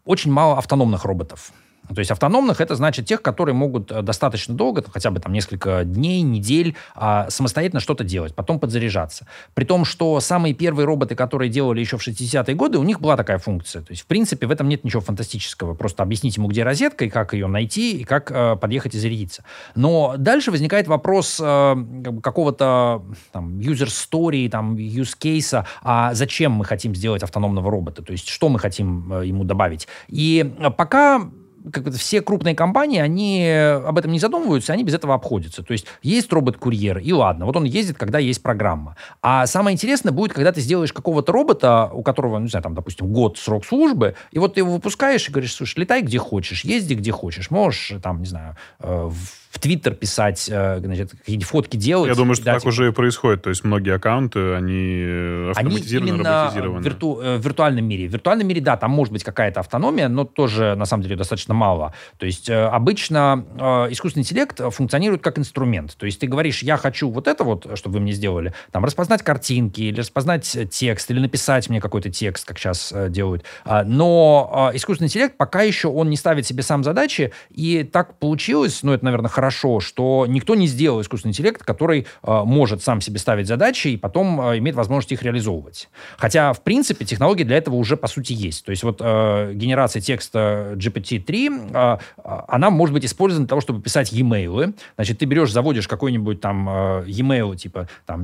очень мало автономных роботов. То есть автономных — это значит тех, которые могут достаточно долго, хотя бы там несколько дней, недель, самостоятельно что-то делать, потом подзаряжаться. При том, что самые первые роботы, которые делали еще в 60-е годы, у них была такая функция. То есть, в принципе, в этом нет ничего фантастического. Просто объяснить ему, где розетка, и как ее найти, и как подъехать и зарядиться. Но дальше возникает вопрос какого-то там user story, там use case, а зачем мы хотим сделать автономного робота? То есть, что мы хотим ему добавить? И пока все крупные компании, они об этом не задумываются, они без этого обходятся. То есть есть робот-курьер, и ладно, вот он ездит, когда есть программа. А самое интересное будет, когда ты сделаешь какого-то робота, у которого, не знаю, там, допустим, год срок службы, и вот ты его выпускаешь и говоришь: слушай, летай где хочешь, езди где хочешь, можешь, там, не знаю, в Твиттер писать, значит, какие-то фотки делать. Я думаю, что так уже и происходит. То есть многие аккаунты, они автоматизированы, роботизированы. В виртуальном мире. В виртуальном мире, да, там может быть какая-то автономия, но тоже, на самом деле, достаточно мало. То есть обычно искусственный интеллект функционирует как инструмент. То есть ты говоришь: я хочу вот это вот, чтобы вы мне сделали, там, распознать картинки, или распознать текст, или написать мне какой-то текст, как сейчас делают. Но искусственный интеллект пока еще он не ставит себе сам задачи, и так получилось, ну, это, наверное, хорошо, что никто не сделал искусственный интеллект, который может сам себе ставить задачи и потом имеет возможность их реализовывать. Хотя, в принципе, технологии для этого уже, по сути, есть. То есть вот генерация текста GPT-3, она может быть использована для того, чтобы писать e-mail. Значит, ты берешь, заводишь какой-нибудь там e-mail, типа там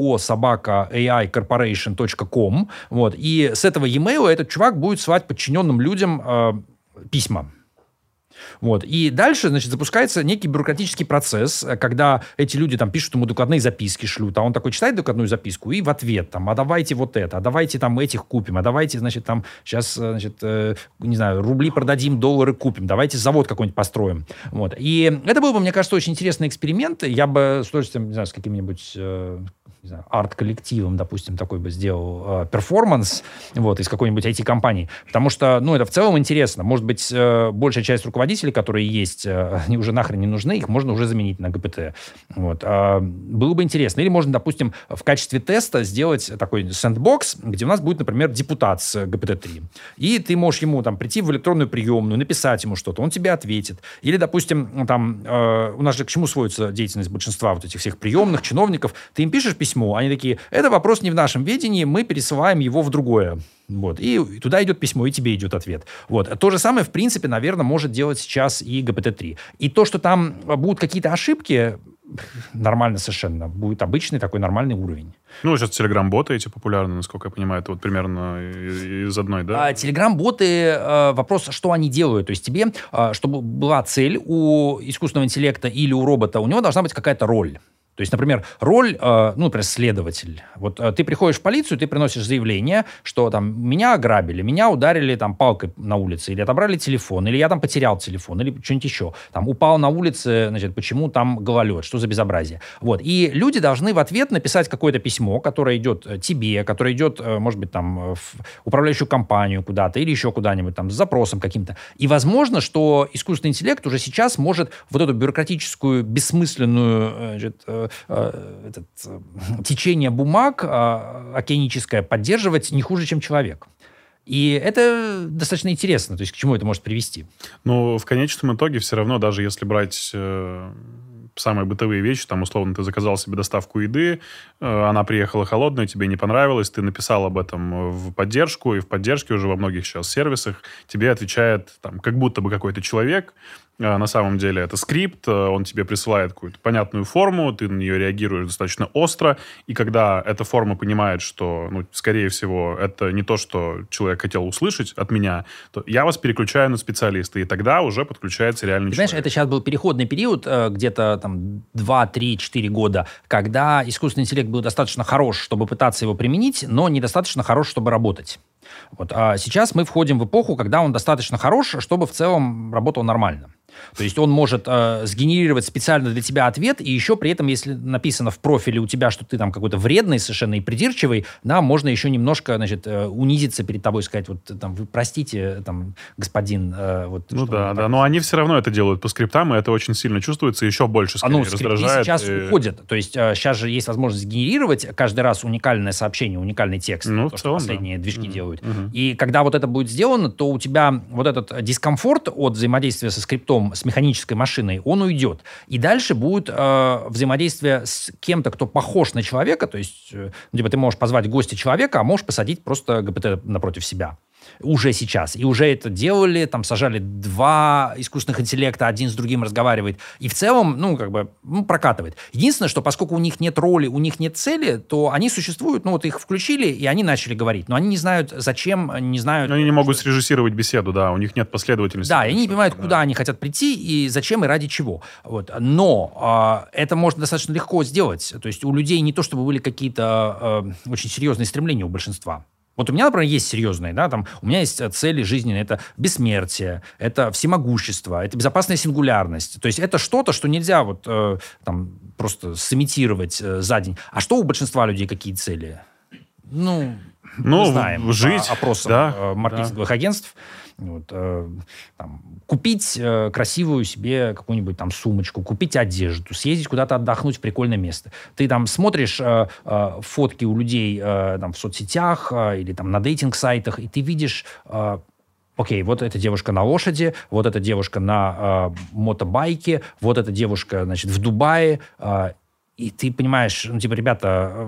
CEO@aicorporation.com, вот, и с этого e-mail этот чувак будет слать подчиненным людям письма. Вот. И дальше, значит, запускается некий бюрократический процесс, когда эти люди там пишут ему докладные записки, шлют, а он такой читает докладную записку и в ответ там: а давайте вот это, а давайте там этих купим, а давайте, значит, там сейчас, значит, не знаю, рубли продадим, доллары купим, давайте завод какой-нибудь построим. Вот. И это был бы, мне кажется, очень интересный эксперимент. Я бы с удовольствием, не знаю, с каким-нибудь арт-коллективом, допустим, такой бы сделал перформанс, вот, из какой-нибудь IT-компании. Потому что, ну, это в целом интересно. Может быть, большая часть руководителей, которые есть, они уже нахрен не нужны, их можно уже заменить на ГПТ. Вот. Было бы интересно. Или можно, допустим, в качестве теста сделать такой сэндбокс, где у нас будет, например, депутат с ГПТ-3. И ты можешь ему там прийти в электронную приемную, написать ему что-то, он тебе ответит. Или, допустим, там, у нас же к чему сводится деятельность большинства вот этих всех приемных чиновников. Ты им пишешь письмо, они такие: это вопрос не в нашем ведении, мы пересылаем его в другое. Вот. И туда идет письмо, и тебе идет ответ. Вот. То же самое, в принципе, наверное, может делать сейчас и GPT-3. И то, что там будут какие-то ошибки, нормально совершенно. Будет обычный такой нормальный уровень. Ну, сейчас телеграм-боты эти популярны, насколько я понимаю. Это вот примерно из одной, да? Телеграм-боты, вопрос, что они делают. То есть тебе, чтобы была цель у искусственного интеллекта или у робота, у него должна быть какая-то роль. То есть, например, роль, например, следователь. Вот ты приходишь в полицию, ты приносишь заявление, что там меня ограбили, меня ударили там палкой на улице, или отобрали телефон, или я там потерял телефон, или что-нибудь еще. Там упал на улице, значит, почему там гололед, что за безобразие. Вот. И люди должны в ответ написать какое-то письмо, которое идет тебе, которое идет, может быть, там, в управляющую компанию куда-то, или еще куда-нибудь там с запросом каким-то. И возможно, что искусственный интеллект уже сейчас может вот эту бюрократическую, бессмысленную, значит, течение бумаг океаническое поддерживать не хуже, чем человек. И это достаточно интересно. То есть к чему это может привести? Ну, в конечном итоге все равно, даже если брать самые бытовые вещи, там, условно, ты заказал себе доставку еды, она приехала холодная, тебе не понравилось, ты написал об этом в поддержку, и в поддержке уже во многих сейчас сервисах тебе отвечает, там, как будто бы какой-то человек. На самом деле это скрипт, он тебе присылает какую-то понятную форму, ты на нее реагируешь достаточно остро, и когда эта форма понимает, что, ну, скорее всего, это не то, что человек хотел услышать от меня, то я вас переключаю на специалиста, и тогда уже подключается реальный человек. Знаешь, это сейчас был переходный период, где-то там 2, 3, 4 года, когда искусственный интеллект был достаточно хорош, чтобы пытаться его применить, но недостаточно хорош, чтобы работать. Вот. А сейчас мы входим в эпоху, когда он достаточно хорош, чтобы в целом работал нормально. То есть он может сгенерировать специально для тебя ответ, и еще при этом, если написано в профиле у тебя, что ты там какой-то вредный совершенно и придирчивый, да, можно еще немножко, значит, унизиться перед тобой и сказать, вот, там, вы простите, там, господин... вот, ну да, но они все равно это делают по скриптам, и это очень сильно чувствуется, еще больше, скорее, раздражает. Сейчас уходят. То есть сейчас же есть возможность сгенерировать каждый раз уникальное сообщение, уникальный текст, то, что последние движки делают. И когда вот это будет сделано, то у тебя вот этот дискомфорт от взаимодействия со скриптом, с механической машиной, он уйдет. И дальше будет взаимодействие с кем-то, кто похож на человека, то есть типа ты можешь позвать гостя человека, а можешь посадить просто ГПТ напротив себя. Уже сейчас. И уже это делали, там сажали 2 искусственных интеллекта, один с другим разговаривает. И в целом, прокатывает. Единственное, что поскольку у них нет роли, у них нет цели, то они существуют, их включили, и они начали говорить. Но они не знают, зачем, не знают... Они не могут срежиссировать беседу, да, у них нет последовательности. Да, и они не понимают, куда они хотят прийти, и зачем, и ради чего. Вот. Но это можно достаточно легко сделать. То есть у людей не то, чтобы были какие-то очень серьезные стремления у большинства. Вот у меня, например, есть серьезные, да, там, у меня есть цели жизненные, это бессмертие, это всемогущество, это безопасная сингулярность. То есть это что-то, что нельзя вот там просто сымитировать за день. А что у большинства людей, какие цели? Мы знаем жить, по опросам маркетинговых агентств. Вот, купить красивую себе какую-нибудь там сумочку, купить одежду, съездить куда-то отдохнуть в прикольное место. Ты там смотришь фотки у людей там, в соцсетях или там на дейтинг-сайтах, и ты видишь... Окей, вот эта девушка на лошади, вот эта девушка на мотобайке, вот эта девушка, значит, в Дубае. И ты понимаешь, ребята...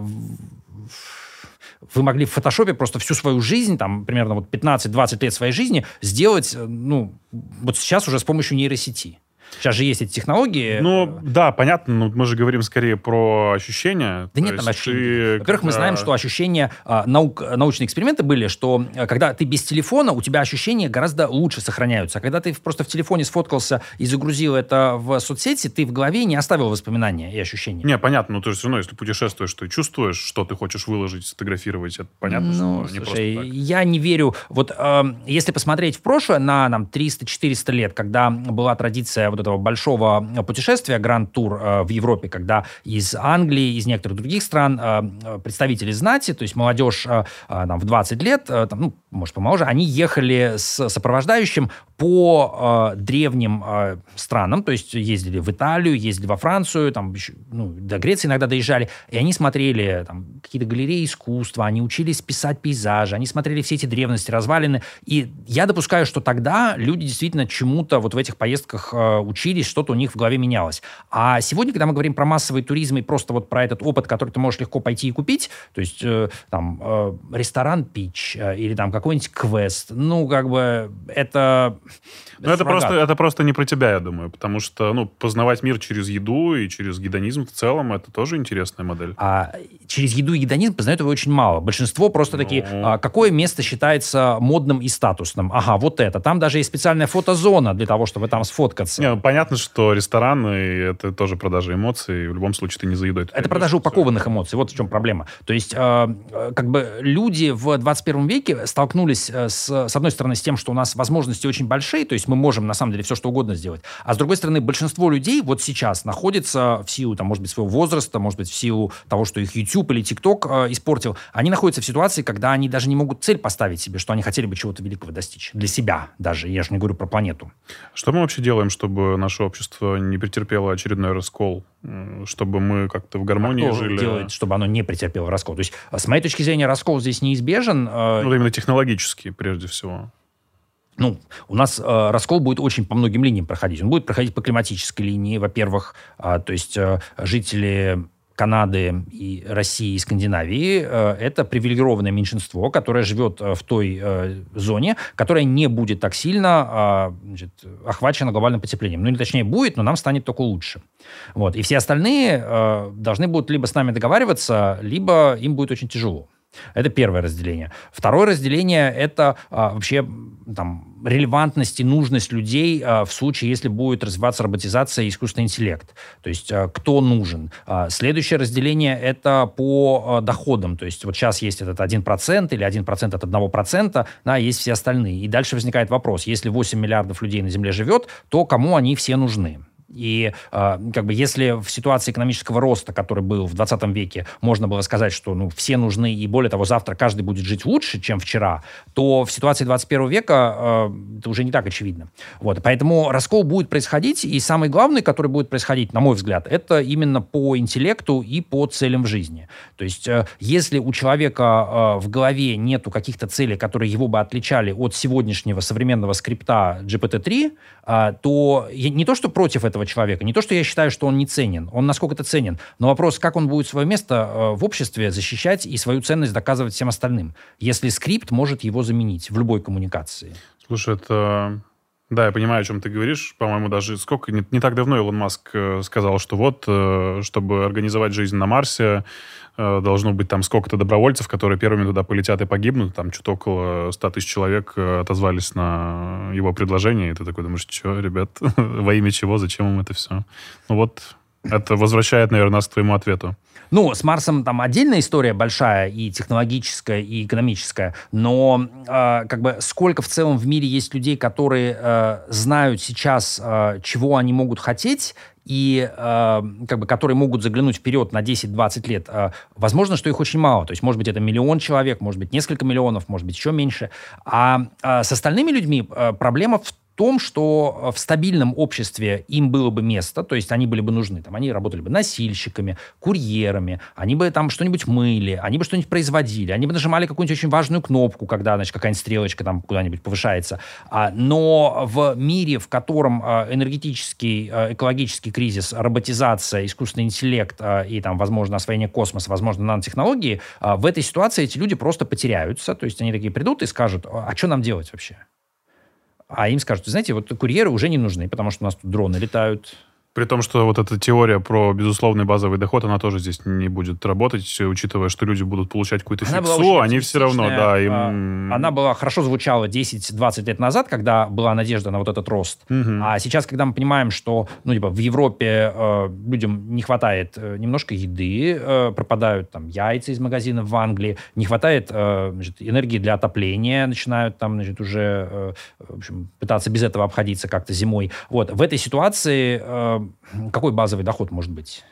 Вы могли в фотошопе просто всю свою жизнь, там, примерно 15-20 лет своей жизни сделать, вот сейчас уже с помощью нейросети. Сейчас же есть эти технологии. Да, понятно, но мы же говорим скорее про ощущения. Да нет там ощущений. Во-первых, мы знаем, что ощущения, научные эксперименты были, что когда ты без телефона, у тебя ощущения гораздо лучше сохраняются. А когда ты просто в телефоне сфоткался и загрузил это в соцсети, ты в голове не оставил воспоминания и ощущения. Не, понятно, но ты все равно, если путешествуешь, ты чувствуешь, что ты хочешь выложить, сфотографировать. Это понятно, что не просто так. Я не верю. Вот если посмотреть в прошлое, на 300-400 лет, когда была традиция вот этого большого путешествия, гранд-тур в Европе, когда из Англии, из некоторых других стран представители знати, то есть молодежь в 20 лет, может, помоложе, они ехали с сопровождающим по древним странам, то есть ездили в Италию, ездили во Францию, там, до Греции иногда доезжали, и они смотрели там, какие-то галереи искусства, они учились писать пейзажи, они смотрели все эти древности, развалины, и я допускаю, что тогда люди действительно чему-то вот в этих поездках учились, что-то у них в голове менялось. А сегодня, когда мы говорим про массовый туризм и просто вот про этот опыт, который ты можешь легко пойти и купить, то есть ресторан Пич или там какой-нибудь квест, это... это просто не про тебя, я думаю, потому что, познавать мир через еду и через гедонизм в целом, это тоже интересная модель. А через еду и гедонизм познают его очень мало. Большинство просто такие, какое место считается модным и статусным? Ага, вот это. Там даже есть специальная фотозона для того, чтобы там сфоткаться. Понятно, что рестораны — это тоже продажа эмоций, в любом случае ты не за едой. Это продажа упакованных эмоций, вот в чем проблема. То есть, люди в 21 веке столкнулись с одной стороны с тем, что у нас возможности очень большие, то есть мы можем, на самом деле, все что угодно сделать. А с другой стороны, большинство людей вот сейчас находится в силу, там, может быть, своего возраста, может быть, в силу того, что их YouTube или TikTok испортил, они находятся в ситуации, когда они даже не могут цель поставить себе, что они хотели бы чего-то великого достичь. Для себя даже, я же не говорю про планету. Что мы вообще делаем, чтобы наше общество не претерпело очередной раскол? Чтобы мы как-то в гармонии жили? Что делает, чтобы оно не претерпело раскол? То есть, с моей точки зрения, раскол здесь неизбежен. Именно технологически, прежде всего. У нас раскол будет очень по многим линиям проходить. Он будет проходить по климатической линии, во-первых. То есть жители Канады, и России, и Скандинавии это привилегированное меньшинство, которое живет в той зоне, которая не будет так сильно охвачена глобальным потеплением. Или точнее будет, но нам станет только лучше. Вот. И все остальные должны будут либо с нами договариваться, либо им будет очень тяжело. Это первое разделение. Второе разделение – это вообще там, релевантность и нужность людей в случае, если будет развиваться роботизация и искусственный интеллект. То есть кто нужен. Следующее разделение – это по доходам. То есть вот сейчас есть этот 1% или 1% от 1%, да, есть все остальные. И дальше возникает вопрос. Если 8 миллиардов людей на Земле живет, то кому они все нужны? И как бы если в ситуации экономического роста, который был в 20 веке, можно было сказать, что все нужны, и более того, завтра каждый будет жить лучше, чем вчера, то в ситуации 21 века это уже не так очевидно. Вот. Поэтому раскол будет происходить, и самый главный, который будет происходить, на мой взгляд, это именно по интеллекту и по целям в жизни. То есть если у человека в голове нету каких-то целей, которые его бы отличали от сегодняшнего современного скрипта GPT-3, то не то, что против этого человека, не то, что я считаю, что он не ценен, он насколько-то ценен, но вопрос, как он будет свое место в обществе защищать и свою ценность доказывать всем остальным, если скрипт может его заменить в любой коммуникации. Слушай, это... Да, я понимаю, о чем ты говоришь. По-моему, даже не так давно Илон Маск сказал, что вот, чтобы организовать жизнь на Марсе, должно быть там сколько-то добровольцев, которые первыми туда полетят и погибнут. Там что-то около 100 тысяч человек отозвались на его предложение. И ты такой думаешь, что, ребят, во имя чего, зачем им это все? Ну вот, это возвращает, наверное, нас к твоему ответу. Ну, с Марсом там отдельная история большая, и технологическая, и экономическая, но как бы сколько в целом в мире есть людей, которые знают сейчас, чего они могут хотеть, и как бы, которые могут заглянуть вперед на 10-20 лет, возможно, что их очень мало. То есть, может быть, это 1 миллион человек, может быть, несколько миллионов, может быть, еще меньше. А с остальными людьми проблема в том, что в стабильном обществе им было бы место, то есть они были бы нужны. Там, они работали бы носильщиками, курьерами, они бы там что-нибудь мыли, они бы что-нибудь производили, они бы нажимали какую-нибудь очень важную кнопку, когда, значит, какая-нибудь стрелочка там куда-нибудь повышается. Но в мире, в котором энергетический, экологический кризис, роботизация, искусственный интеллект и, там, возможно, освоение космоса, возможно, нанотехнологии, в этой ситуации эти люди просто потеряются. То есть они такие придут и скажут, а что нам делать вообще? А им скажут, знаете, вот курьеры уже не нужны, потому что у нас тут дроны летают. При том, что вот эта теория про безусловный базовый доход, она тоже здесь не будет работать, учитывая, что люди будут получать какую-то фиксу, они все равно, да, им... Она была, хорошо звучала 10-20 лет назад, когда была надежда на вот этот рост. А сейчас, когда мы понимаем, что, в Европе людям не хватает немножко еды, пропадают там яйца из магазинов в Англии, не хватает энергии для отопления, начинают там, уже в общем, пытаться без этого обходиться как-то зимой. Вот, в этой ситуации какой базовый доход может быть?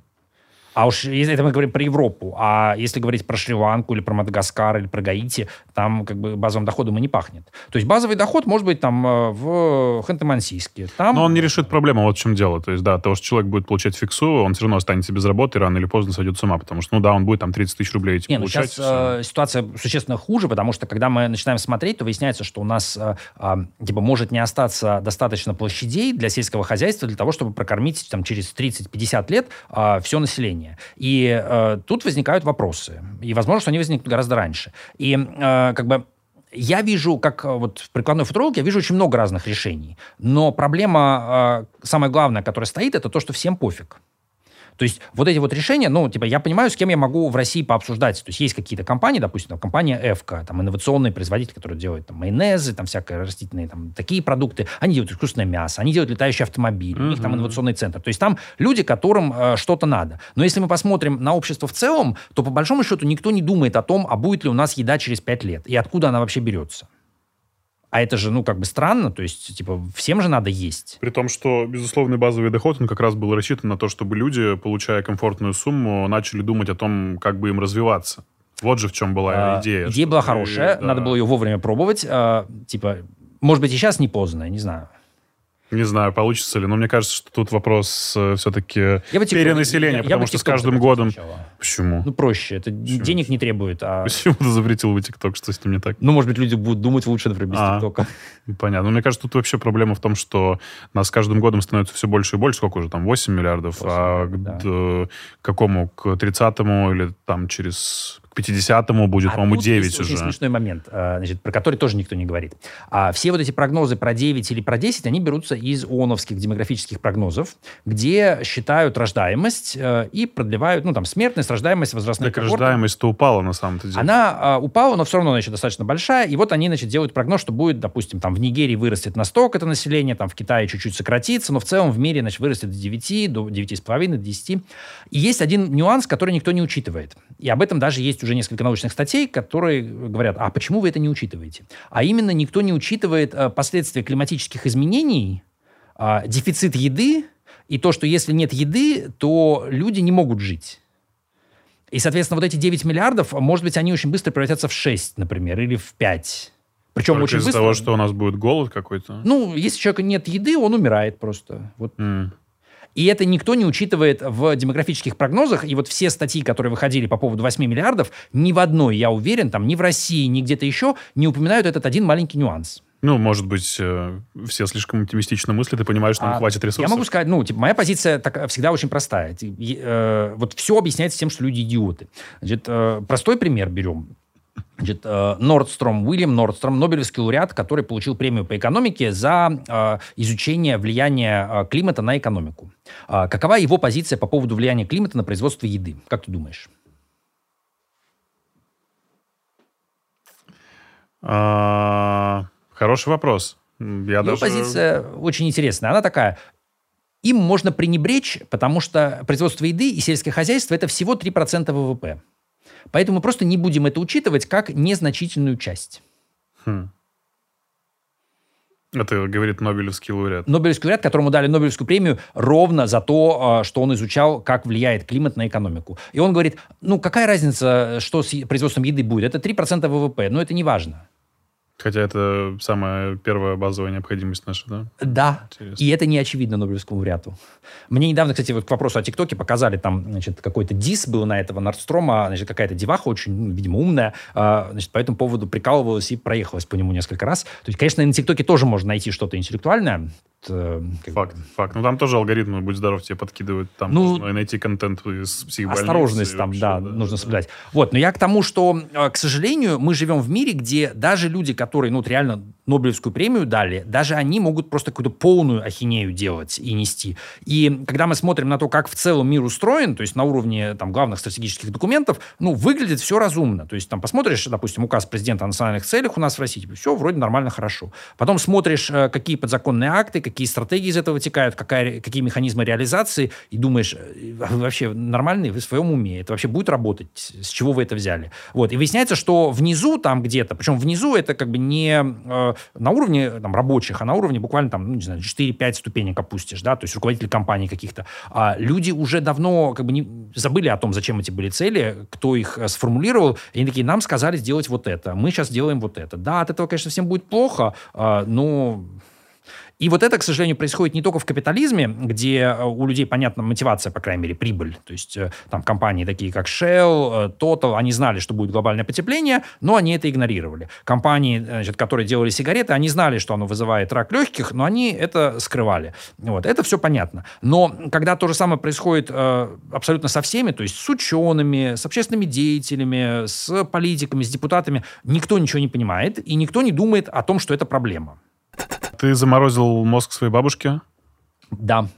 А уж если это мы говорим про Европу, а если говорить про Шри-Ланку или про Мадагаскар или про Гаити, там как бы базовым доходом и не пахнет. То есть базовый доход может быть там в Ханты-Мансийске. Но он не решит проблему, вот в чем дело. То есть, да, то, что человек будет получать фиксу, он все равно останется без работы, рано или поздно сойдет с ума, потому что, он будет там 30 тысяч рублей этих получать. Сейчас ситуация существенно хуже, потому что, когда мы начинаем смотреть, то выясняется, что у нас может не остаться достаточно площадей для сельского хозяйства для того, чтобы прокормить там, через 30-50 лет все население. И тут возникают вопросы. И, возможно, что они возникнут гораздо раньше. И я вижу, как вот в прикладной футурологии, я вижу очень много разных решений. Но проблема, самая главная, которая стоит, это то, что всем пофиг. То есть вот эти вот решения, я понимаю, с кем я могу в России пообсуждать. То есть есть какие-то компании, допустим, там, компания «Эвка», там, инновационный производитель, который делает там, майонезы, там, всякие растительные там, такие продукты. Они делают искусственное мясо, они делают летающие автомобили, у них там инновационный центр. То есть там люди, которым что-то надо. Но если мы посмотрим на общество в целом, то по большому счету никто не думает о том, а будет ли у нас еда через 5 лет и откуда она вообще берется. А это же, странно, то есть, всем же надо есть. При том, что безусловный базовый доход, он как раз был рассчитан на то, чтобы люди, получая комфортную сумму, начали думать о том, как бы им развиваться. Вот же в чем была идея. Идея была хорошая, надо было ее вовремя пробовать. Может быть, и сейчас не поздно, я не знаю. Не знаю, получится ли, но мне кажется, что тут вопрос все-таки перенаселения, потому что с каждым годом... Почему? Проще. Это денег не требует. Почему ты запретил бы ТикТок? Что с ним не так? Может быть, люди будут думать лучше, например, без ТикТока. Понятно. Но мне кажется, тут вообще проблема в том, что нас с каждым годом становится все больше и больше. Сколько уже там? 8 миллиардов. К какому? К 30-му или там через 50-му будет, по-моему, 9 есть уже. Очень смешной момент, значит, про который тоже никто не говорит. Все вот эти прогнозы про 9 или про 10, они берутся из ООНовских демографических прогнозов, где считают рождаемость и продлевают, ну, там, смертность, рождаемость, возрастные Так когорты. рождаемость-то упала, на самом-то деле. Она упала, но все равно, значит, достаточно большая. И вот они, значит, делают прогноз, что будет, допустим, там, в Нигерии вырастет на 100 это население, там, в Китае чуть-чуть сократится, но в целом в мире, значит, вырастет до 9, до 9,5, до 10. И есть один нюанс, который никто не учитывает. И об этом даже есть уже несколько научных статей, которые говорят, а почему вы это не учитываете? А именно никто не учитывает последствия климатических изменений, дефицит еды и то, что если нет еды, то люди не могут жить. И, соответственно, вот эти 9 миллиардов, может быть, они очень быстро превратятся в 6, например, или в 5. Причем Только очень из-за быстро. того, что у нас будет голод какой-то? Ну, если у человека нет еды, он умирает просто. Вот. И это никто не учитывает в демографических прогнозах. И вот все статьи, которые выходили по поводу 8 миллиардов, ни в одной, я уверен, там, ни в России, ни где-то еще не упоминают этот один маленький нюанс. Ну, может быть, все слишком оптимистично мыслят и понимают, что нам хватит ресурсов. Я могу сказать, ну, типа, моя позиция всегда очень простая. Вот все объясняется тем, что люди идиоты. Значит, простой пример берем. Значит, Уильям Нордстром, Нобелевский лауреат, который получил премию по экономике за изучение влияния климата на экономику. Какова его позиция по поводу влияния климата на производство еды? Как ты думаешь? Хороший вопрос. Его позиция очень интересная. Она такая: им можно пренебречь, потому что производство еды и сельское хозяйство – это всего 3% ВВП. Поэтому мы просто не будем это учитывать как незначительную часть. Это говорит Нобелевский лауреат. Нобелевский лауреат, которому дали Нобелевскую премию ровно за то, что он изучал, как влияет климат на экономику. И он говорит, ну какая разница, что с производством еды будет? Это 3% ВВП, но это не важно. Хотя это самая первая базовая необходимость наша, да? Да, Интересно. И это не очевидно Нобелевскому лауреату. Мне недавно, кстати, вот к вопросу о ТикТоке показали, там, значит, какой-то дис был на этого Нордстрома, значит, какая-то деваха очень, видимо, умная, значит, по этому поводу прикалывалась и проехалась по нему несколько раз. То есть, конечно, на ТикТоке тоже можно найти что-то интеллектуальное. Факт. Ну, там тоже алгоритмы, будь здоров, тебе подкидывают. Там можно найти контент из психбольницы. Осторожность там, да, нужно соблюдать. Вот, но я к тому, что, к сожалению, мы живем в мире, где даже люди, которые, ну, реально Нобелевскую премию дали, даже они могут просто какую-то полную ахинею делать и нести. И когда мы смотрим на то, как в целом мир устроен, то есть на уровне там, главных стратегических документов, ну, выглядит все разумно. То есть там посмотришь, допустим, указ президента о национальных целях у нас в России, типа, все вроде нормально, хорошо. Потом смотришь, какие подзаконные акты, какие стратегии из этого вытекают, какие механизмы реализации, и думаешь, вы вообще нормальные, вы в своем уме, это вообще будет работать, с чего вы это взяли? Вот. И выясняется, что внизу там где-то, причем внизу это как бы не на уровне там, рабочих, а на уровне буквально там, ну, не знаю, 4-5 ступенек опустишь, да, то есть руководители компаний каких-то. А люди уже давно как бы не забыли о том, зачем эти были цели, кто их сформулировал, и они такие, нам сказали сделать вот это, мы сейчас делаем вот это. Да, от этого, конечно, всем будет плохо, но... И вот это, к сожалению, происходит не только в капитализме, где у людей понятна мотивация, по крайней мере, прибыль. То есть там компании такие, как Shell, Total, они знали, что будет глобальное потепление, но они это игнорировали. Компании, значит, которые делали сигареты, они знали, что оно вызывает рак легких, но они это скрывали. Вот. Это все понятно. Но когда то же самое происходит абсолютно со всеми, то есть с учеными, с общественными деятелями, с политиками, с депутатами, никто ничего не понимает, и никто не думает о том, что это проблема. Ты заморозил мозг своей бабушке? Да.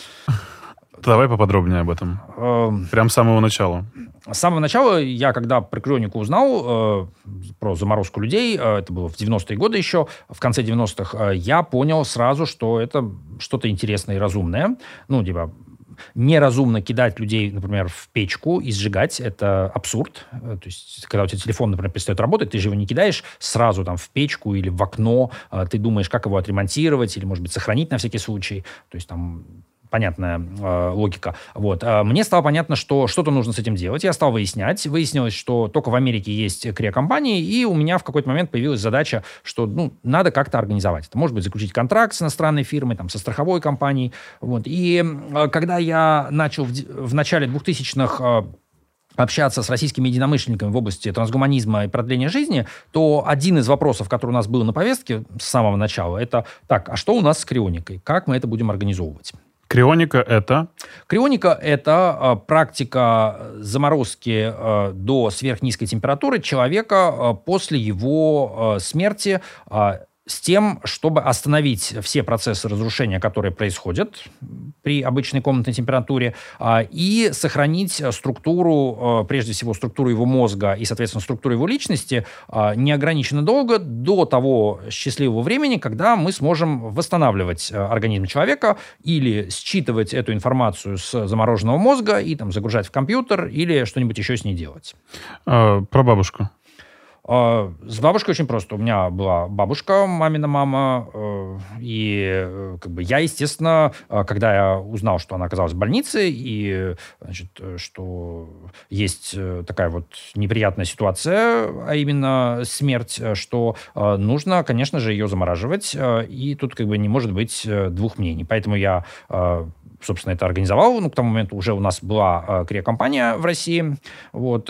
Давай поподробнее об этом. Прям с самого начала. С самого начала я, когда про крионику узнал про заморозку людей, это было в 90-е годы еще, в конце 90-х, я понял сразу, что это что-то интересное и разумное. Ну, типа... Неразумно кидать людей, например, в печку и сжигать. Это абсурд. То есть, когда у тебя телефон, например, перестает работать, ты же его не кидаешь сразу там в печку или в окно. Ты думаешь, как его отремонтировать или, может быть, сохранить на всякий случай. То есть, там... Понятная логика. Вот. Мне стало понятно, что что-то нужно с этим делать. Я стал выяснять. Выяснилось, что только в Америке есть криокомпании, и у меня в какой-то момент появилась задача, что надо как-то организовать это. Может быть, заключить контракт с иностранной фирмой, там, со страховой компанией. Вот. И когда я начал в начале 2000-х общаться с российскими единомышленниками в области трансгуманизма и продления жизни, то один из вопросов, который у нас был на повестке с самого начала, это так, а что у нас с крионикой? Как мы это будем организовывать? Крионика это? Крионика – это практика заморозки до сверхнизкой температуры человека после его смерти с тем, чтобы остановить все процессы разрушения, которые происходят при обычной комнатной температуре, и сохранить структуру, прежде всего, структуру его мозга и, соответственно, структуру его личности неограниченно долго до того счастливого времени, когда мы сможем восстанавливать организм человека или считывать эту информацию с замороженного мозга и там, загружать в компьютер или что-нибудь еще с ней делать. Про бабушку. С бабушкой очень просто. У меня была бабушка, мамина мама, и как бы я, естественно, когда я узнал, что она оказалась в больнице, и, значит, что есть такая вот неприятная ситуация, а именно смерть, что нужно, конечно же, ее замораживать, и тут как бы не может быть двух мнений. Поэтому я собственно, это организовал. К тому моменту уже у нас была криокомпания в России. Вот,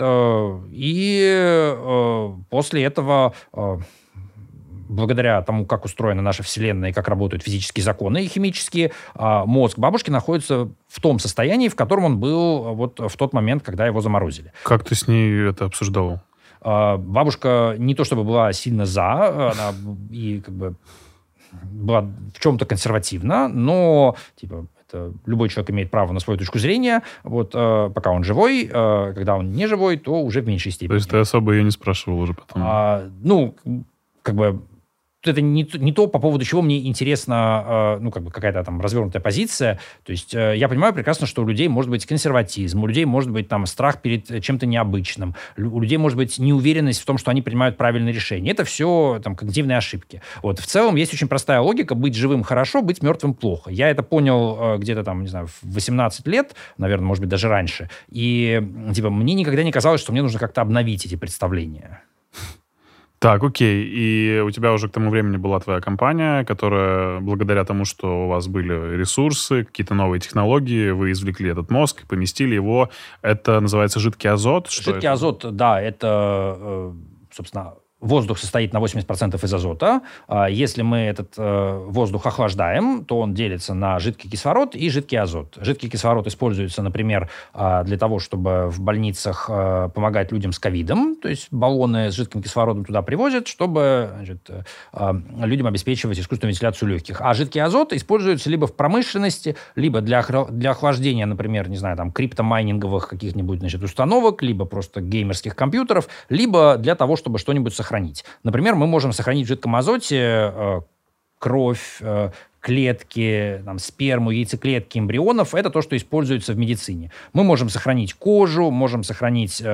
и после этого, благодаря тому, как устроена наша Вселенная и как работают физические законы и химические, мозг бабушки находится в том состоянии, в котором он был вот в тот момент, когда его заморозили. Как ты с ней это обсуждал? Бабушка не то чтобы была сильно за, она и как бы была в чем-то консервативна, но типа любой человек имеет право на свою точку зрения, вот, пока он живой, когда он не живой, то уже в меньшей степени. То есть ты особо ее не спрашивал уже потом? Ну, как бы это не то, по поводу чего мне интересна, ну, как бы какая-то там развернутая позиция. То есть я понимаю прекрасно, что у людей может быть консерватизм, у людей может быть там страх перед чем-то необычным, у людей может быть неуверенность в том, что они принимают правильные решения. Это все там когнитивные ошибки. Вот. В целом есть очень простая логика: быть живым хорошо, быть мертвым плохо. Я это понял где-то там, не знаю, в 18 лет, наверное, может быть, даже раньше. И типа мне никогда не казалось, что мне нужно как-то обновить эти представления. Так, окей. И у тебя уже к тому времени была твоя компания, которая, благодаря тому, что у вас были ресурсы, какие-то новые технологии, вы извлекли этот мозг и поместили его. Это называется жидкий азот? Жидкий азот, да, это, собственно, воздух состоит на 80% из азота. Если мы этот воздух охлаждаем, то он делится на жидкий кислород и жидкий азот. Жидкий кислород используется, например, для того, чтобы в больницах помогать людям с ковидом. То есть баллоны с жидким кислородом туда привозят, чтобы, значит, людям обеспечивать искусственную вентиляцию легких. А жидкий азот используется либо в промышленности, либо для охлаждения, например, не знаю, там, криптомайнинговых каких-нибудь, значит, установок, либо просто геймерских компьютеров, либо для того, чтобы что-нибудь сохранить. Например, мы можем сохранить в жидком азоте кровь, клетки, там, сперму, яйцеклетки эмбрионов. Это то, что используется в медицине. Мы можем сохранить кожу, можем сохранить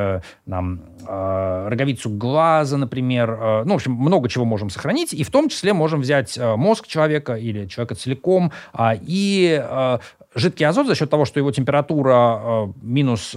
роговицу глаза, например. Ну, в общем, много чего можем сохранить. И в том числе можем взять мозг человека или человека целиком. И жидкий азот за счет того, что его температура минус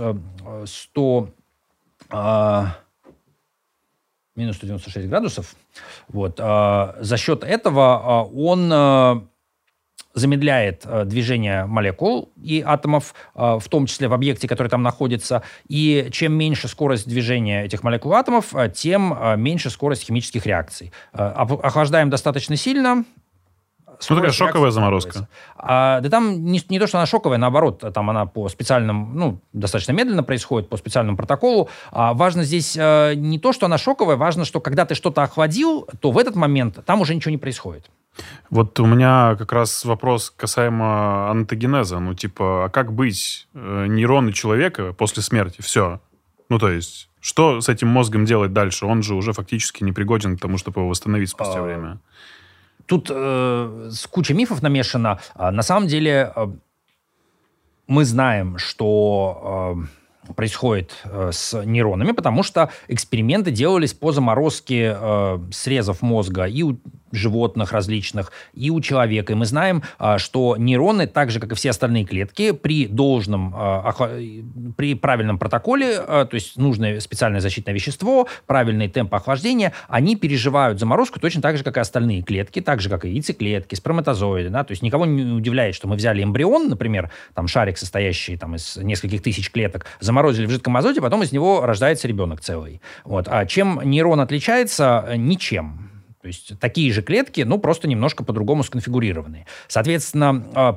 196 градусов. Вот. За счет этого он замедляет движение молекул и атомов, в том числе в объекте, который там находится. И чем меньше скорость движения этих молекул и атомов, тем меньше скорость химических реакций. Охлаждаем достаточно сильно. Ну, такая шоковая заморозка. Да там не то, что она шоковая, наоборот, там она по специальным, ну, достаточно медленно происходит, по специальному протоколу. Важно здесь не то, что она шоковая, важно, что когда ты что-то охладил, то в этот момент там уже ничего не происходит. Вот у меня как раз вопрос касаемо онтогенеза. Ну, типа, а как быть? Нейроны человека после смерти, все. Ну, то есть, что с этим мозгом делать дальше? Он же уже фактически непригоден к тому, чтобы его восстановить спустя время. Тут с кучей мифов намешано. На самом деле мы знаем, что происходит с нейронами, потому что эксперименты делались по заморозке срезов мозга и у животных различных, и у человека. И мы знаем, что нейроны, так же, как и все остальные клетки, при правильном протоколе, то есть нужное специальное защитное вещество, правильный темп охлаждения, они переживают заморозку точно так же, как и остальные клетки, так же, как и яйцеклетки, сперматозоиды. Да? То есть никого не удивляет, что мы взяли эмбрион, например, там шарик, состоящий там, из нескольких тысяч клеток, заморозили в жидком азоте, потом из него рождается ребенок целый. Вот. А чем нейрон отличается? Ничем. То есть такие же клетки, но просто немножко по-другому сконфигурированные. Соответственно,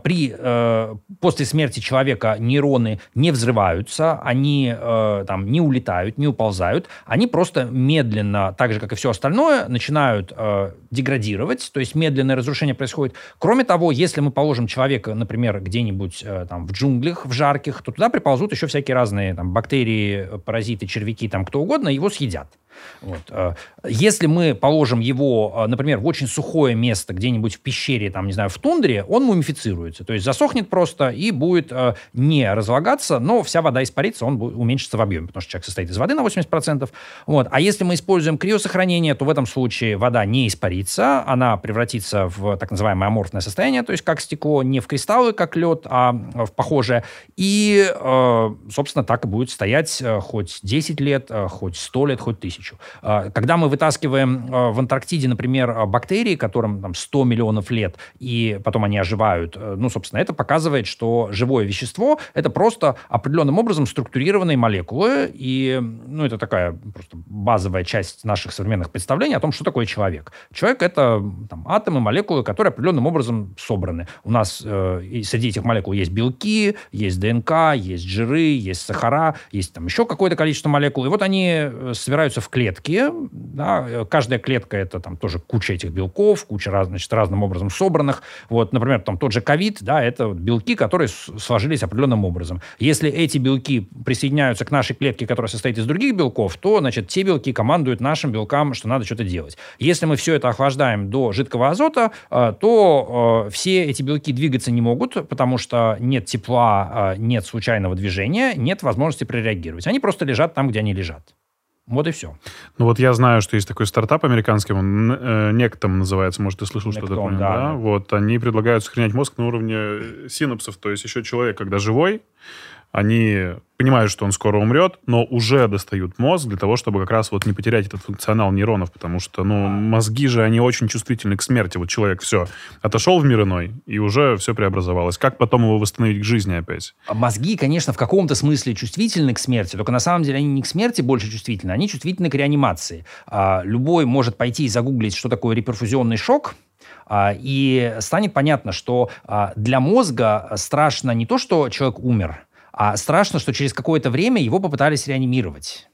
после смерти человека нейроны не взрываются, они не улетают, не уползают. Они просто медленно, так же, как и все остальное, начинают деградировать, то есть медленное разрушение происходит. Кроме того, если мы положим человека, например, где-нибудь в джунглях, в жарких, то туда приползут еще всякие разные бактерии, паразиты, червяки, кто угодно, его съедят. Вот. Если мы положим его, например, в очень сухое место, где-нибудь в пещере, в тундре, он мумифицируется. То есть засохнет просто и будет не разлагаться, но вся вода испарится, он будет уменьшиться в объеме, потому что человек состоит из воды на 80%. Вот. А если мы используем криосохранение, то в этом случае вода не испарится, она превратится в так называемое аморфное состояние, то есть как стекло, не в кристаллы, как лед, а в похожее. И, собственно, так и будет стоять хоть 10 лет, хоть 100 лет, хоть 1000. Когда мы вытаскиваем в Антарктиде, например, бактерии, которым 100 миллионов лет, и потом они оживают, собственно, это показывает, что живое вещество — это просто определенным образом структурированные молекулы, и это такая просто базовая часть наших современных представлений о том, что такое человек. Человек — это атомы, молекулы, которые определенным образом собраны. У нас среди этих молекул есть белки, есть ДНК, есть жиры, есть сахара, есть еще какое-то количество молекул, и вот они собираются в клетки, да, каждая клетка — это тоже куча этих белков, куча разным образом собранных. Вот, например, тот же ковид, да, это белки, которые сложились определенным образом. Если эти белки присоединяются к нашей клетке, которая состоит из других белков, то, те белки командуют нашим белкам, что надо что-то делать. Если мы все это охлаждаем до жидкого азота, то все эти белки двигаться не могут, потому что нет тепла, нет случайного движения, нет возможности прореагировать. Они просто лежат там, где они лежат. Вот и все. Я знаю, что есть такой стартап американский, он Nectom называется, может, ты слышал что-то такое? Да. Вот, они предлагают сохранять мозг на уровне синапсов, то есть еще человек, когда живой, они понимают, что он скоро умрет, но уже достают мозг для того, чтобы как раз не потерять этот функционал нейронов, потому что, мозги же, они очень чувствительны к смерти. Вот человек, все, отошел в мир иной, и уже все преобразовалось. Как потом его восстановить к жизни опять? Мозги, конечно, в каком-то смысле чувствительны к смерти, только на самом деле они не к смерти больше чувствительны, они чувствительны к реанимации. Любой может пойти и загуглить, что такое реперфузионный шок, и станет понятно, что для мозга страшно не то, что человек умер, а страшно, что через какое-то время его попытались реанимировать.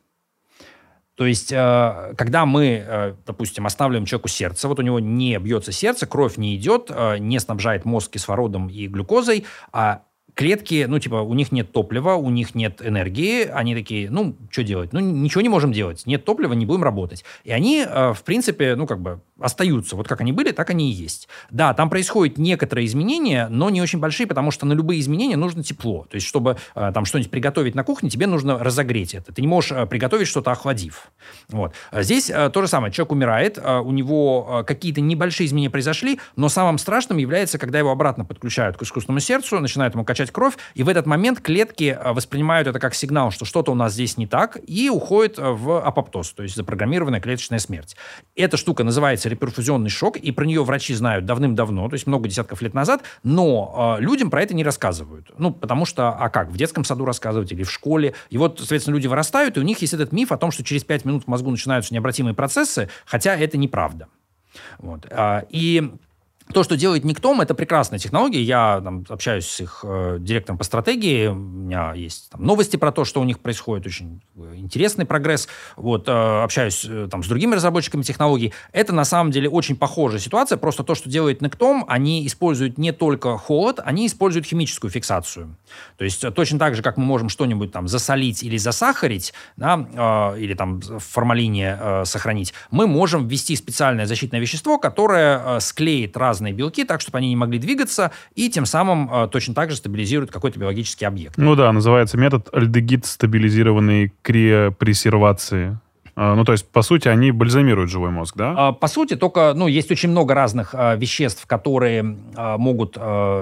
То есть, когда мы, допустим, останавливаем человеку сердце, у него не бьется сердце, кровь не идет, не снабжает мозг кислородом и глюкозой, а клетки, у них нет топлива, у них нет энергии, они такие, что делать? Ничего не можем делать, нет топлива, не будем работать. И они, в принципе, остаются. Вот как они были, так они и есть. Да, там происходят некоторые изменения, но не очень большие, потому что на любые изменения нужно тепло. То есть, чтобы что-нибудь приготовить на кухне, тебе нужно разогреть это. Ты не можешь приготовить что-то, охладив. Вот. Здесь то же самое. Человек умирает, у него какие-то небольшие изменения произошли, но самым страшным является, когда его обратно подключают к искусственному сердцу, начинают ему качать кровь, и в этот момент клетки воспринимают это как сигнал, что что-то у нас здесь не так, и уходят в апоптоз, то есть запрограммированная клеточная смерть. Эта штука называется реперфузионный шок, и про нее врачи знают давным-давно, то есть много десятков лет назад, но людям про это не рассказывают. Потому что, как? В детском саду рассказывать или в школе. И соответственно, люди вырастают, и у них есть этот миф о том, что через 5 минут в мозгу начинаются необратимые процессы, хотя это неправда. Вот. И то, что делает Nectom, это прекрасная технология. Я общаюсь с их директором по стратегии. У меня есть новости про то, что у них происходит. Очень интересный прогресс. Общаюсь с другими разработчиками технологий. Это на самом деле очень похожая ситуация. Просто то, что делает Nectom, они используют не только холод, они используют химическую фиксацию. То есть точно так же, как мы можем что-нибудь засолить или засахарить, да, или в формалине сохранить, мы можем ввести специальное защитное вещество, которое склеит разные белки так, чтобы они не могли двигаться, и тем самым точно так же стабилизирует какой-то биологический объект. Называется метод альдегид-стабилизированной криопрессервации. То есть, по сути, они бальзамируют живой мозг, да? По сути, только, есть очень много разных веществ, которые могут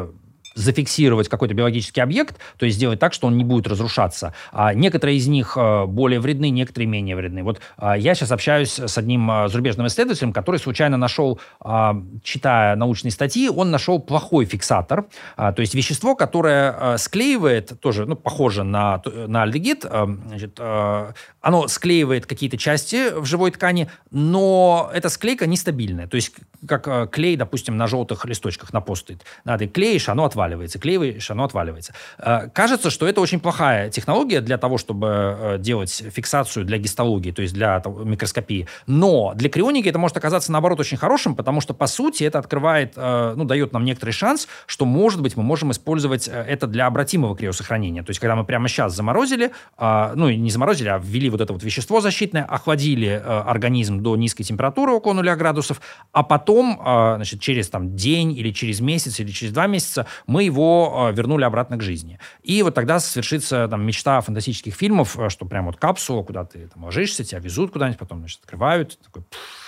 зафиксировать какой-то биологический объект, то есть сделать так, что он не будет разрушаться. Некоторые из них более вредны, некоторые менее вредны. Вот я сейчас общаюсь с одним зарубежным исследователем, который случайно нашел, читая научные статьи, он нашел плохой фиксатор, то есть вещество, которое склеивает, тоже похоже на альдегид, значит, оно склеивает какие-то части в живой ткани, но эта склейка нестабильная. То есть как клей, допустим, на желтых листочках на пост-ит. Ты клеишь, оно отваливается, клеишь, оно отваливается. Кажется, что это очень плохая технология для того, чтобы делать фиксацию для гистологии, то есть для микроскопии. Но для крионики это может оказаться, наоборот, очень хорошим, потому что, по сути, это открывает, дает нам некоторый шанс, что, может быть, мы можем использовать это для обратимого криосохранения. То есть, когда мы прямо сейчас заморозили, не заморозили, а ввели вот это вот вещество защитное, охладили организм до низкой температуры, около 0 градусов, а потом, через день или через месяц или через 2 месяца мы его вернули обратно к жизни. И вот тогда свершится мечта фантастических фильмов, что прям вот капсула, куда ты ложишься, тебя везут куда-нибудь, потом, открывают, такой...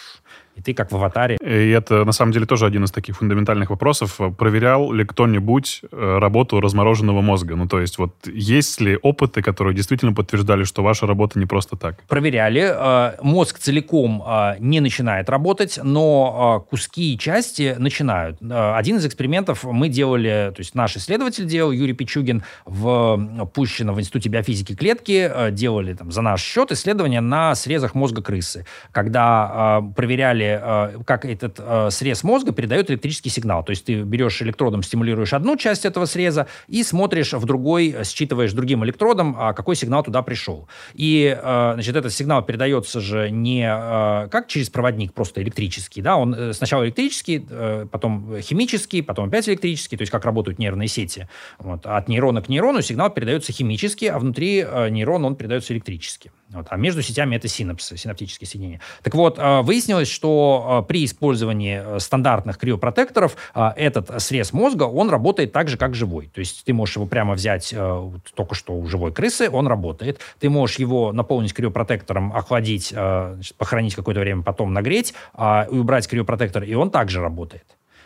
И ты как в «Аватаре». И это, на самом деле, тоже один из таких фундаментальных вопросов. Проверял ли кто-нибудь работу размороженного мозга? То есть, есть ли опыты, которые действительно подтверждали, что ваша работа не просто так? Проверяли. Мозг целиком не начинает работать, но куски и части начинают. Один из экспериментов мы делали, то есть наш исследователь делал, Юрий Пичугин, в Пущино в Институте биофизики клетки, делали за наш счет исследования на срезах мозга крысы. Когда проверяли, как этот срез мозга передает электрический сигнал. То есть ты берешь электродом, стимулируешь одну часть этого среза и смотришь в другой, считываешь другим электродом, какой сигнал туда пришел. И, этот сигнал передается же не как через проводник, просто электрический, да, он сначала электрический, потом химический, потом опять электрический, то есть как работают нервные сети. От нейрона к нейрону сигнал передается химически, а внутри нейрона он передается электрически. А между сетями это синапсы, синаптические соединения. Так вот, выяснилось, что при использовании стандартных криопротекторов этот срез мозга, он работает так же, как живой. То есть ты можешь его прямо взять только что у живой крысы, он работает. Ты можешь его наполнить криопротектором, охладить, похоронить какое-то время, потом нагреть, и убрать криопротектор, и он также работает.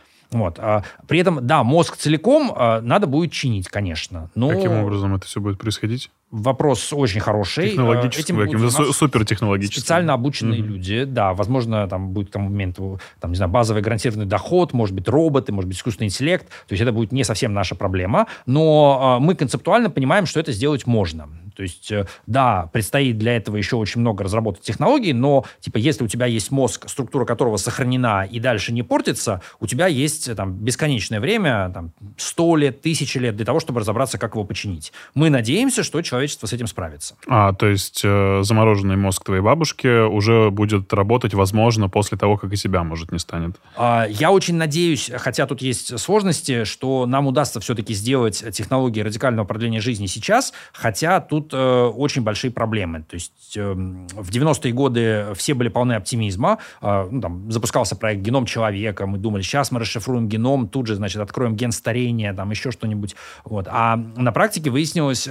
При этом, да, мозг целиком надо будет чинить, конечно. Но... Каким образом это все будет происходить? Вопрос очень хороший. Технологическим, супертехнологическим. Специально обученные люди, да, возможно, будет к тому моменту, базовый гарантированный доход, может быть, роботы, может быть, искусственный интеллект. То есть это будет не совсем наша проблема, но мы концептуально понимаем, что это сделать можно. То есть, да, предстоит для этого еще очень много разработать технологий, но, если у тебя есть мозг, структура которого сохранена и дальше не портится, у тебя есть бесконечное время, 100 лет, 1000 лет для того, чтобы разобраться, как его починить. Мы надеемся, что человечество с этим справится. То есть замороженный мозг твоей бабушки уже будет работать, возможно, после того, как и себя, может, не станет? Я очень надеюсь, хотя тут есть сложности, что нам удастся все-таки сделать технологии радикального продления жизни сейчас, хотя тут очень большие проблемы. То есть в 90-е годы все были полны оптимизма. Запускался проект «Геном человека». Мы думали, сейчас мы расшифруем геном, тут же, откроем ген старения, еще что-нибудь. А на практике выяснилось,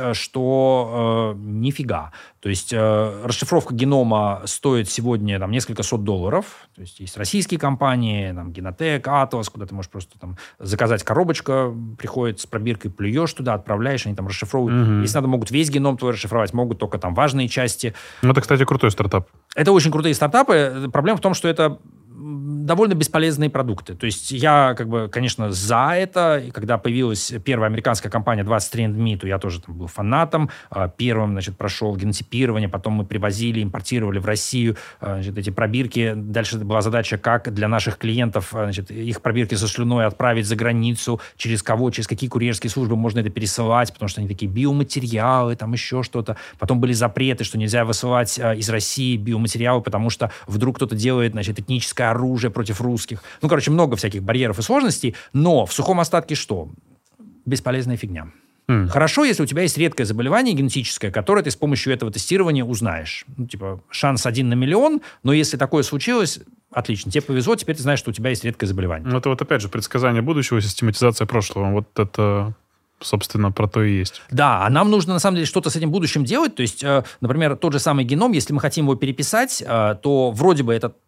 что нифига. То есть расшифровка генома стоит сегодня несколько сот $. То есть российские компании, Генотек, Атлас, куда ты можешь просто заказать коробочка, приходит с пробиркой, плюешь туда, отправляешь, они расшифровывают. Угу. Если надо, могут весь геном твой расшифровать, могут только важные части. Это, кстати, крутой стартап. Это очень крутые стартапы. Проблема в том, что это довольно бесполезные продукты. То есть я, конечно, за это. И когда появилась первая американская компания 23andMe, то я тоже был фанатом. Первым, прошел генотипирование, потом мы привозили, импортировали в Россию эти пробирки. Дальше была задача, как для наших клиентов их пробирки со слюной отправить за границу, через кого, через какие курьерские службы можно это пересылать, потому что они такие биоматериалы, еще что-то. Потом были запреты, что нельзя высылать из России биоматериалы, потому что вдруг кто-то делает, этническое оружие против русских. Много всяких барьеров и сложностей, но в сухом остатке что? Бесполезная фигня. Хорошо, если у тебя есть редкое заболевание генетическое, которое ты с помощью этого тестирования узнаешь. Шанс 1 на миллион, но если такое случилось, отлично, тебе повезло, теперь ты знаешь, что у тебя есть редкое заболевание. Это опять же предсказание будущего, систематизация прошлого. Это... собственно, про то и есть. Да, а нам нужно, на самом деле, что-то с этим будущим делать. То есть, например, тот же самый геном, если мы хотим его переписать, то вроде бы это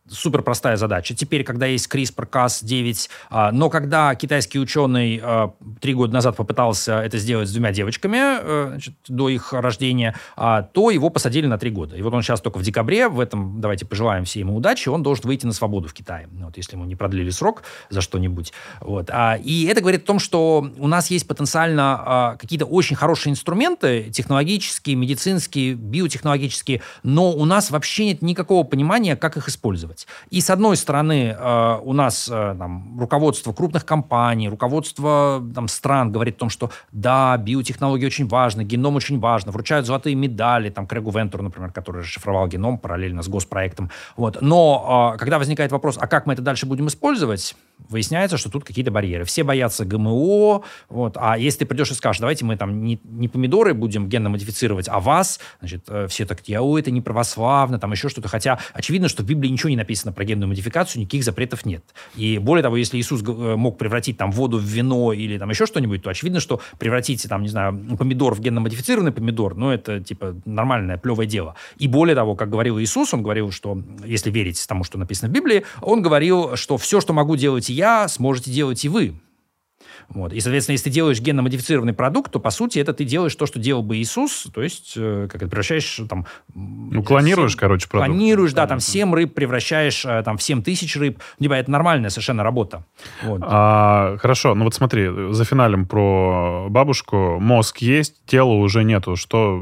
супер простая задача. Теперь, когда есть CRISPR-Cas9, но когда китайский ученый 3 года назад попытался это сделать с 2 девочками, значит, до их рождения, то его посадили на 3 года. И вот он сейчас только в декабре, в этом, давайте пожелаем все ему удачи, он должен выйти на свободу в Китае, вот, если ему не продлили срок за что-нибудь. Вот. И это говорит о том, что у нас есть потенциально какие-то очень хорошие инструменты, технологические, медицинские, биотехнологические, но у нас вообще нет никакого понимания, как их использовать. И, с одной стороны, у нас там, руководство крупных компаний, руководство там, стран говорит о том, что да, биотехнологии очень важны, геном очень важно, вручают золотые медали, там, Крэгу Вентору, например, который расшифровал геном параллельно с госпроектом. Вот. Но когда возникает вопрос, а как мы это дальше будем использовать, выясняется, что тут какие-то барьеры. Все боятся ГМО, вот. А если ты придешь и скажешь, давайте мы там не помидоры будем генно модифицировать, а вас, значит, все так, это не православно, там еще что-то. Хотя очевидно, что в Библии ничего не написано про генную модификацию, никаких запретов нет. И более того, если Иисус мог превратить там воду в вино или там еще что-нибудь, то очевидно, что превратить там, не знаю, помидор в генно модифицированный помидор, ну, это типа нормальное, плевое дело. И более того, как говорил Иисус, он говорил, что, если верить тому, что написано в Библии, он говорил, что все, что могу делать я, сможете делать и вы. Вот. И, соответственно, если ты делаешь генно-модифицированный продукт, то, по сути, это ты делаешь то, что делал бы Иисус, то есть, как это, превращаешь там... Ну, клонируешь, продукт. Клонируешь, да, там 7 рыб превращаешь там, в 7 тысяч рыб. Типа, это нормальная совершенно работа. Вот. Хорошо, ну вот смотри, за финалем про бабушку. Мозг есть, тела уже нету.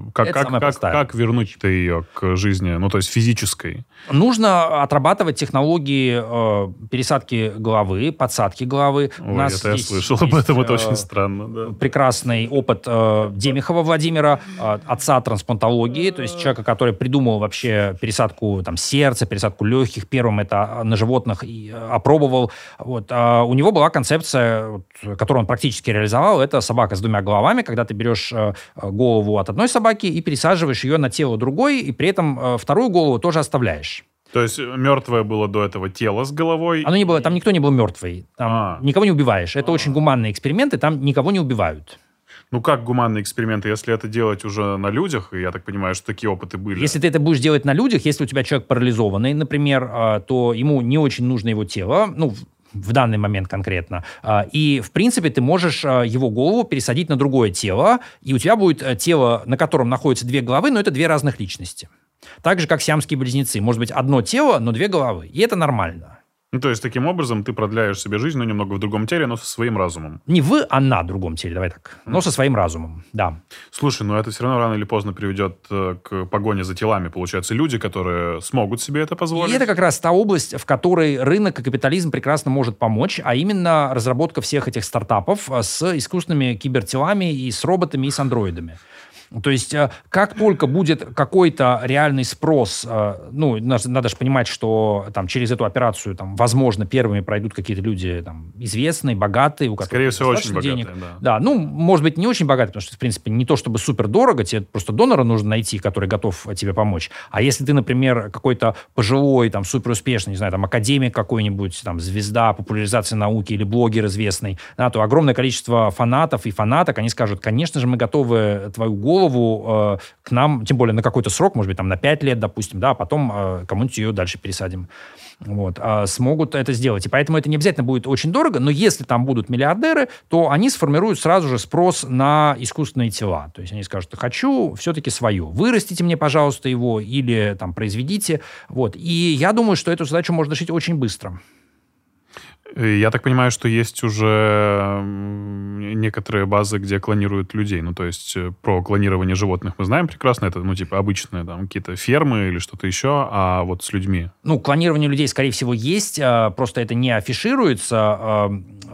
Как вернуть-то ее к жизни, ну, то есть физической? Нужно отрабатывать технологии пересадки головы, подсадки головы. Ой, это я слышал об этом, это очень странно. Да. Прекрасный опыт Демихова Владимира, отца трансплантологии, то есть человека, который придумал вообще пересадку там, сердца, пересадку легких. Первым это на животных и опробовал. Вот. У него была концепция, которую он практически реализовал, это собака с 2 головами, когда ты берешь голову от одной собаки и пересаживаешь ее на тело другой, и при этом вторую голову тоже оставляешь. То есть мертвое было до этого тело с головой? Оно не было, там никто не был мертвый. Там никого не убиваешь. Это очень гуманные эксперименты, там никого не убивают. Ну, как гуманные эксперименты, если это делать уже на людях? И я так понимаю, что такие опыты были. Если ты это будешь делать на людях, если у тебя человек парализованный, например, то ему не очень нужно его тело, ну, в данный момент конкретно. И, в принципе, ты можешь его голову пересадить на другое тело, и у тебя будет тело, на котором находятся 2 головы, но это 2 разных личности. Так же, как сиамские близнецы. Может быть, одно тело, но 2 головы. И это нормально. Ну, то есть, таким образом, ты продляешь себе жизнь, но немного в другом теле, но со своим разумом. Не в, а на другом теле, давай так. Но со своим разумом, да. Слушай, ну это все равно рано или поздно приведет к погоне за телами. Получается, люди, которые смогут себе это позволить. И это как раз та область, в которой рынок и капитализм прекрасно может помочь, а именно разработка всех этих стартапов с искусственными кибертелами и с роботами, и с андроидами. То есть, как только будет какой-то реальный спрос, ну, надо же понимать, что там, через эту операцию, там, возможно, первыми пройдут какие-то люди там, известные, богатые, у которых скорее всего, очень денег. Богатые, да, ну, может быть, не очень богатые, потому что, в принципе, не то чтобы супер дорого, тебе просто донора нужно найти, который готов тебе помочь. А если ты, например, какой-то пожилой, там, супер успешный, не знаю, там, академик какой-нибудь, там, звезда популяризации науки или блогер известный, да, то огромное количество фанатов и фанаток, они скажут, конечно же, мы готовы твою голову к нам, тем более на какой-то срок, может быть, там на 5 лет, допустим, да, а потом кому-нибудь ее дальше пересадим. Вот, смогут это сделать. И поэтому это не обязательно будет очень дорого, но если там будут миллиардеры, то они сформируют сразу же спрос на искусственные тела. То есть они скажут, хочу все-таки свое. Вырастите мне, пожалуйста, его или там произведите. Вот. И я думаю, что эту задачу можно решить очень быстро. Я так понимаю, что есть уже некоторые базы, где клонируют людей. Ну, то есть про клонирование животных мы знаем прекрасно. Это, ну, типа, обычные там какие-то фермы или что-то еще, а вот с людьми. Ну, клонирование людей, скорее всего, есть. Просто это не афишируется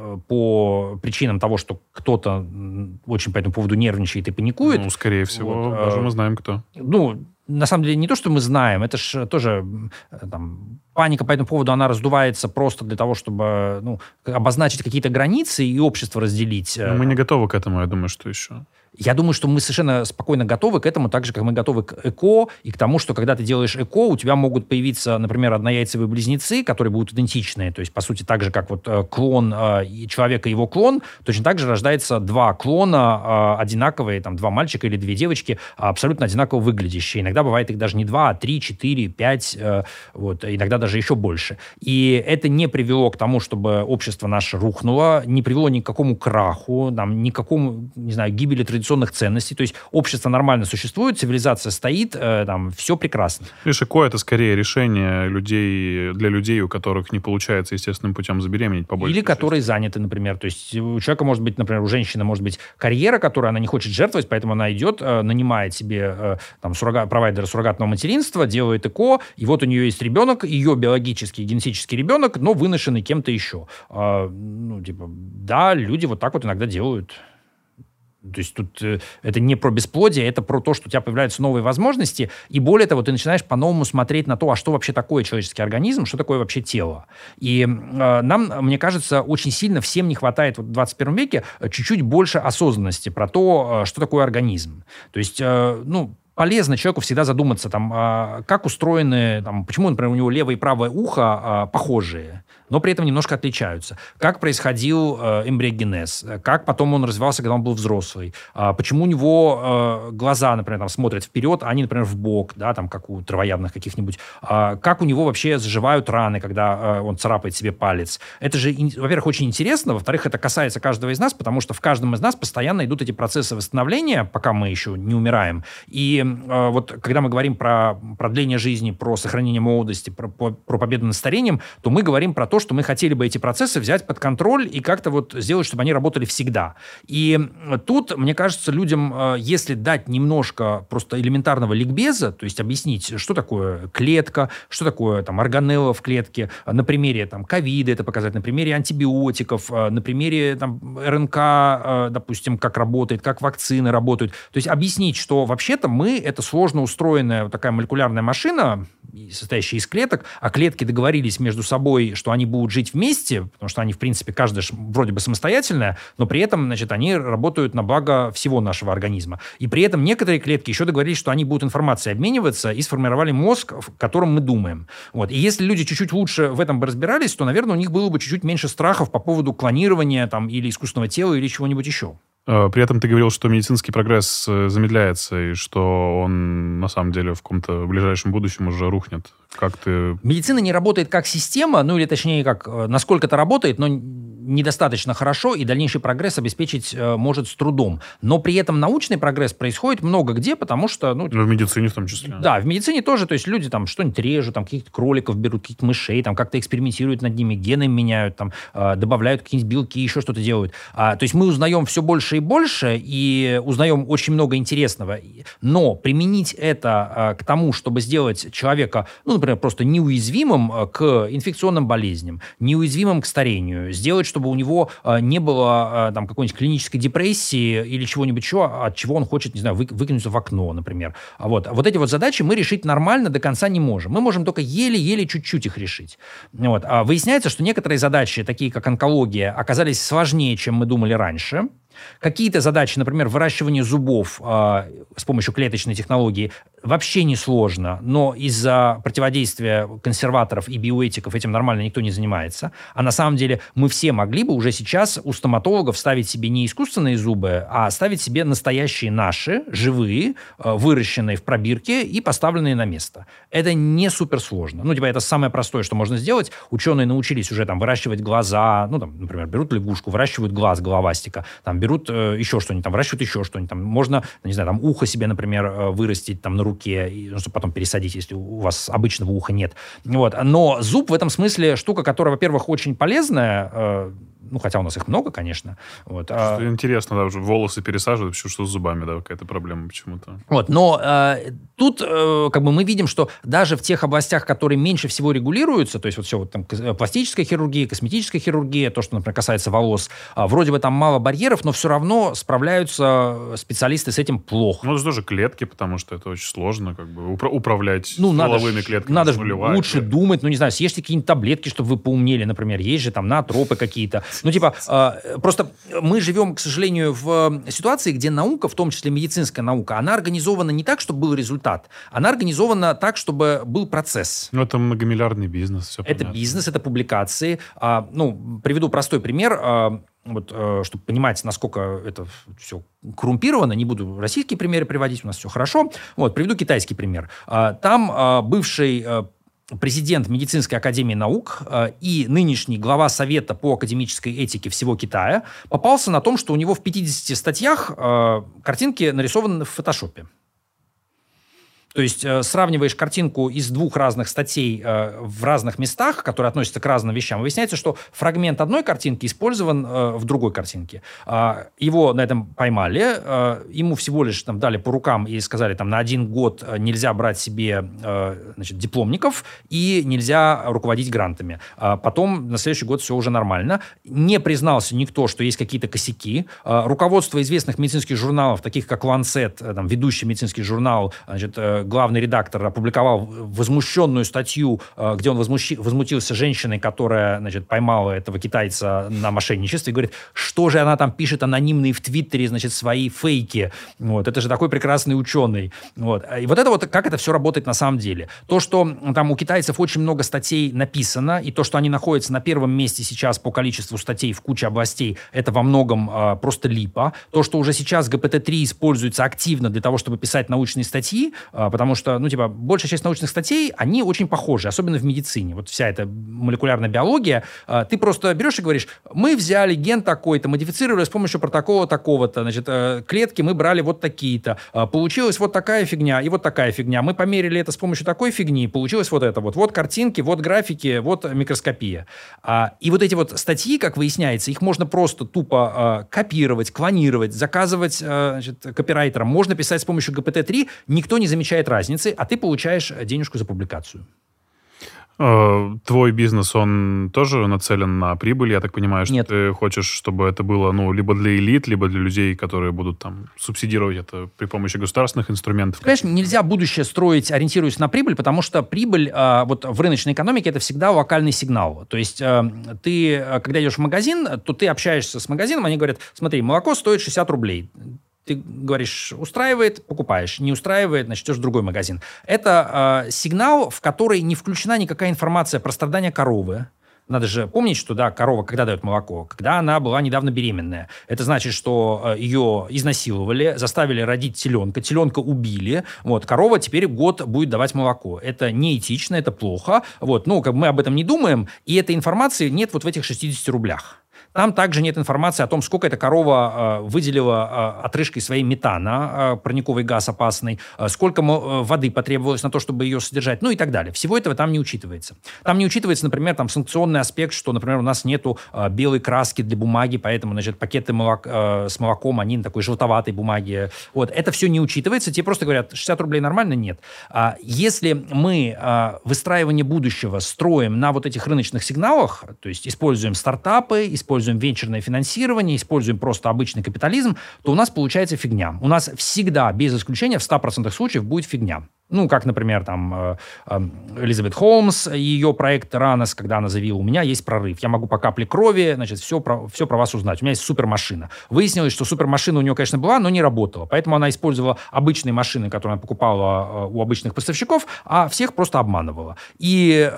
по причинам того, что кто-то очень по этому поводу нервничает и паникует. Ну, скорее всего, вот, даже мы знаем, кто. Ну, на самом деле, не то, что мы знаем, это же тоже там, паника по этому поводу, она раздувается просто для того, чтобы обозначить какие-то границы и общество разделить. Мы не готовы к этому, я думаю, что еще. Я думаю, что мы совершенно спокойно готовы к этому, так же, как мы готовы к ЭКО, и к тому, что когда ты делаешь ЭКО, у тебя могут появиться, например, однояйцевые близнецы, которые будут идентичные, то есть, по сути, так же, как вот клон человека и его клон, точно так же рождается два клона одинаковые, там, два мальчика или две девочки, абсолютно одинаково выглядящие. Иногда бывает их даже не два, а 3, 4, 5, вот, иногда даже еще больше. И это не привело к тому, чтобы общество наше рухнуло, не привело ни к какому краху, там, ни к какому, не знаю, гибели традиционных ценностей. То есть общество нормально существует, цивилизация стоит, там, все прекрасно. Видишь, ЭКО — это скорее решение для людей, у которых не получается естественным путем забеременеть побольше. Или которые заняты, например. То есть у человека может быть, например, у женщины может быть карьера, которую она не хочет жертвовать, поэтому она идет, нанимает себе там, провайдера суррогатного материнства, делает ЭКО, и вот у нее есть ребенок, ее биологический, генетический ребенок, но выношенный кем-то еще. Ну, типа, да, люди вот так вот иногда делают. То есть тут это не про бесплодие, это про то, что у тебя появляются новые возможности, и более того, ты начинаешь по-новому смотреть на то, а что вообще такое человеческий организм, что такое вообще тело. И нам, мне кажется, очень сильно всем не хватает в 21 веке чуть-чуть больше осознанности про то, что такое организм. То есть, полезно человеку всегда задуматься, там, как устроены, там, почему, например, у него левое и правое ухо похожие, но при этом немножко отличаются. Как происходил эмбриогенез, как потом он развивался, когда он был взрослый, почему у него глаза, например, там, смотрят вперед, а они, например, в бок, да, там, как у травоядных каких-нибудь, как у него вообще заживают раны, когда он царапает себе палец. Это же, во-первых, очень интересно, во-вторых, это касается каждого из нас, потому что в каждом из нас постоянно идут эти процессы восстановления, пока мы еще не умираем. И вот когда мы говорим про продление жизни, про сохранение молодости, про победу над старением, то мы говорим про то, что мы хотели бы эти процессы взять под контроль и как-то вот сделать, чтобы они работали всегда. И тут, мне кажется, людям, если дать немножко просто элементарного ликбеза, то есть объяснить, что такое клетка, что такое там органелла в клетке, на примере там ковида это показать, на примере антибиотиков, на примере там РНК, допустим, как работает, как вакцины работают. То есть объяснить, что вообще-то мы — это сложно устроенная вот такая молекулярная машина, состоящая из клеток, а клетки договорились между собой, что они будут жить вместе, потому что они, в принципе, каждая вроде бы самостоятельная, но при этом, значит, они работают на благо всего нашего организма. И при этом некоторые клетки еще договорились, что они будут информацией обмениваться и сформировали мозг, в котором мы думаем. Вот. И если люди чуть-чуть лучше в этом бы разбирались, то, наверное, у них было бы чуть-чуть меньше страхов по поводу клонирования там, или искусственного тела, или чего-нибудь еще. При этом ты говорил, что медицинский прогресс замедляется, и что он, на самом деле, в каком-то ближайшем будущем уже рухнет. Как ты... Медицина не работает как система, ну или точнее, как насколько это работает, но недостаточно хорошо, и дальнейший прогресс обеспечить может с трудом. Но при этом научный прогресс происходит много где, потому что... в медицине в том числе. Да, в медицине тоже, то есть люди там что-нибудь режут, там каких-то кроликов берут, каких-то мышей, там как-то экспериментируют над ними, гены меняют, там добавляют какие-нибудь белки, еще что-то делают. То есть мы узнаем все больше и больше, и узнаем очень много интересного. Но применить это к тому, чтобы сделать человека, например, просто неуязвимым к инфекционным болезням, неуязвимым к старению, сделать, чтобы у него не было там какой-нибудь клинической депрессии или чего-нибудь еще, от чего он хочет, не знаю, выкинуться в окно, например. Вот эти вот задачи мы решить нормально до конца не можем. Мы можем только еле-еле чуть-чуть их решить. Вот. Выясняется, что некоторые задачи, такие как онкология, оказались сложнее, чем мы думали раньше. Какие-то задачи, например, выращивание зубов с помощью клеточной технологии, вообще не сложно, но из-за противодействия консерваторов и биоэтиков этим нормально никто не занимается. А на самом деле мы все могли бы уже сейчас у стоматологов ставить себе не искусственные зубы, а ставить себе настоящие наши, живые, выращенные в пробирке и поставленные на место. Это не суперсложно. Это самое простое, что можно сделать. Ученые научились уже там выращивать глаза, например, берут лягушку, выращивают глаз головастика, берут еще что-нибудь, выращивают еще что-нибудь. Можно, не знаю, ухо себе, например, вырастить на руке, чтобы потом пересадить, если у вас обычного уха нет. Вот. Но зуб в этом смысле штука, которая, во-первых, очень полезная, хотя у нас их много, конечно. Вот. Интересно, да, уже волосы пересаживают, что с зубами, да, какая-то проблема почему-то. Но тут мы видим, что даже в тех областях, которые меньше всего регулируются, то есть все там пластическая хирургия, косметическая хирургия, то, что, например, касается волос, вроде бы там мало барьеров, но все равно справляются специалисты с этим плохо. Это тоже клетки, потому что это очень сложно управлять стволовыми клетками. Надо лучше думать, не знаю, съешьте какие-нибудь таблетки, чтобы вы поумнели, например, есть же там натропы какие-то. Ну, типа, просто мы живем, к сожалению, в ситуации, где наука, в том числе медицинская наука, она организована не так, чтобы был результат, она организована так, чтобы был процесс. Ну, это многомиллиардный бизнес, все Это понятно. бизнес, это публикации. Приведу простой пример. Чтобы понимать, насколько это все коррумпировано, не буду российские примеры приводить, у нас все хорошо. Приведу китайский пример. Там бывший президент Медицинской академии наук и нынешний глава Совета по академической этике всего Китая попался на том, что у него в 50 статьях картинки нарисованы в фотошопе. То есть сравниваешь картинку из двух разных статей в разных местах, которые относятся к разным вещам, выясняется, что фрагмент одной картинки использован в другой картинке. Его на этом поймали, ему всего лишь дали по рукам и сказали, на 1 год нельзя брать себе дипломников и нельзя руководить грантами. Потом на следующий год все уже нормально. Не признался никто, что есть какие-то косяки. Руководство известных медицинских журналов, таких как Lancet, ведущий медицинский журнал, главный редактор опубликовал возмущенную статью, где он возмутился женщиной, которая, воймала этого китайца на мошенничестве, и говорит, что же она там пишет анонимные в Твиттере, свои фейки. Это же такой прекрасный ученый. И как это все работает на самом деле. То, что там у китайцев очень много статей написано, и то, что они находятся на первом месте сейчас по количеству статей в куче областей, это во многом просто липа. То, что уже сейчас ГПТ-3 используется активно для того, чтобы писать научные статьи, потому что, большая часть научных статей, они очень похожи, особенно в медицине. Вся эта молекулярная биология, ты просто берешь и говоришь, мы взяли ген такой-то, модифицировали с помощью протокола такого-то, клетки мы брали вот такие-то, получилась вот такая фигня и вот такая фигня. Мы померили это с помощью такой фигни, получилось вот это. Вот картинки, вот графики, вот микроскопия. И эти статьи, как выясняется, их можно просто тупо копировать, клонировать, заказывать копирайтерам. Можно писать с помощью GPT-3, никто не замечает разницы, а ты получаешь денежку за публикацию. Твой бизнес, он тоже нацелен на прибыль, я так понимаю, что Нет. Ты хочешь, чтобы это было, либо для элит, либо для людей, которые будут субсидировать это при помощи государственных инструментов. Конечно, нельзя будущее строить, ориентируясь на прибыль, потому что прибыль в рыночной экономике это всегда локальный сигнал. То есть ты, когда идешь в магазин, то ты общаешься с магазином, они говорят, смотри, молоко стоит 60 рублей. Ты говоришь, устраивает, покупаешь. Не устраивает, значит, идешь в другой магазин. Это сигнал, в который не включена никакая информация про страдания коровы. Надо же помнить, что, корова когда дает молоко? Когда она была недавно беременная. Это значит, что ее изнасиловали, заставили родить теленка, теленка убили. Корова теперь год будет давать молоко. Это неэтично, это плохо. Мы об этом не думаем, и этой информации нет в этих 60 рублях. Там также нет информации о том, сколько эта корова выделила отрыжкой своей метана, парниковый газ опасный, сколько воды потребовалось на то, чтобы ее содержать, и так далее. Всего этого там не учитывается. Там не учитывается, например, санкционный аспект, что, например, у нас нету белой краски для бумаги, поэтому, пакеты с молоком, они на такой желтоватой бумаге. Это все не учитывается. Тебе просто говорят, 60 рублей нормально? Нет. Если мы выстраивание будущего строим на этих рыночных сигналах, то есть используем стартапы, используем венчурное финансирование, используем просто обычный капитализм, то у нас получается фигня. У нас всегда, без исключения, в 100% случаев будет фигня. Как, например, Элизабет Холмс, ее проект «Ранос», когда она заявила, у меня есть прорыв, я могу по капле крови, все про вас узнать, у меня есть супермашина. Выяснилось, что супермашина у нее, конечно, была, но не работала, поэтому она использовала обычные машины, которые она покупала у обычных поставщиков, а всех просто обманывала. И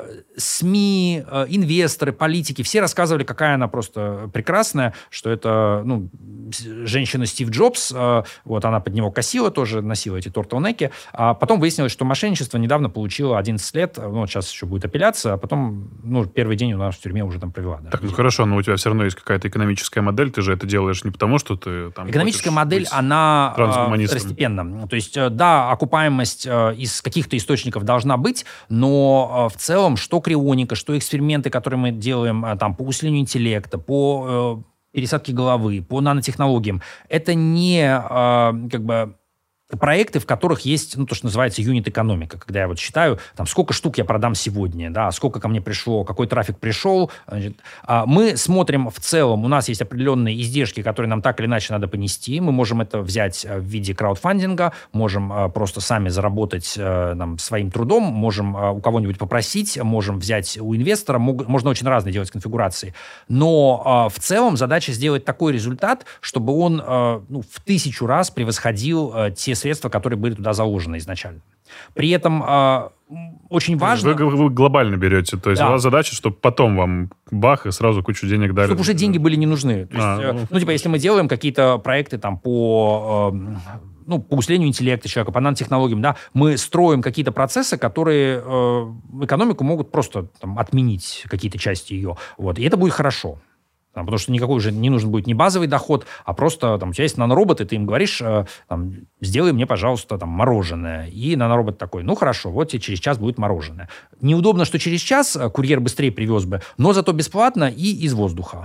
СМИ, инвесторы, политики, все рассказывали, какая она просто прекрасная, что это, женщина Стив Джобс, она под него косила тоже, носила эти тортелнеки, а потом выяснилось, что мошенничество недавно получило 11 лет, сейчас еще будет апелляция, а потом, первый день у нас в тюрьме уже провела. Да. Так, хорошо, но у тебя все равно есть какая-то экономическая модель, ты же это делаешь не потому, что ты Экономическая модель, она второстепенна. То есть, окупаемость из каких-то источников должна быть, но в целом, что крионика, что эксперименты, которые мы делаем по усилению интеллекта, по пересадке головы, по нанотехнологиям, это не проекты, в которых есть, то, что называется юнит-экономика, когда я вот считаю, сколько штук я продам сегодня, да, сколько ко мне пришло, какой трафик пришел. Значит, мы смотрим в целом, у нас есть определенные издержки, которые нам так или иначе надо понести. Мы можем это взять в виде краудфандинга, можем просто сами заработать своим трудом, можем у кого-нибудь попросить, можем взять у инвестора, можно очень разные делать конфигурации. Но в целом задача сделать такой результат, чтобы он в 1000 раз превосходил те средства, которые были туда заложены изначально. При этом очень важно... Вы глобально берете, то есть у вас задача, чтобы потом вам бах и сразу кучу денег дали. Чтобы уже деньги были не нужны. То есть, если мы делаем какие-то проекты по усилению интеллекта человека, по нанотехнологиям, да, мы строим какие-то процессы, которые экономику могут просто отменить, какие-то части ее. Вот. И это будет хорошо. Потому что никакой уже не нужен будет не базовый доход, а просто у тебя есть нанороботы, ты им говоришь, сделай мне, пожалуйста, мороженое. И наноробот такой, хорошо, вот тебе через час будет мороженое. Неудобно, что через час курьер быстрее привез бы, но зато бесплатно и из воздуха.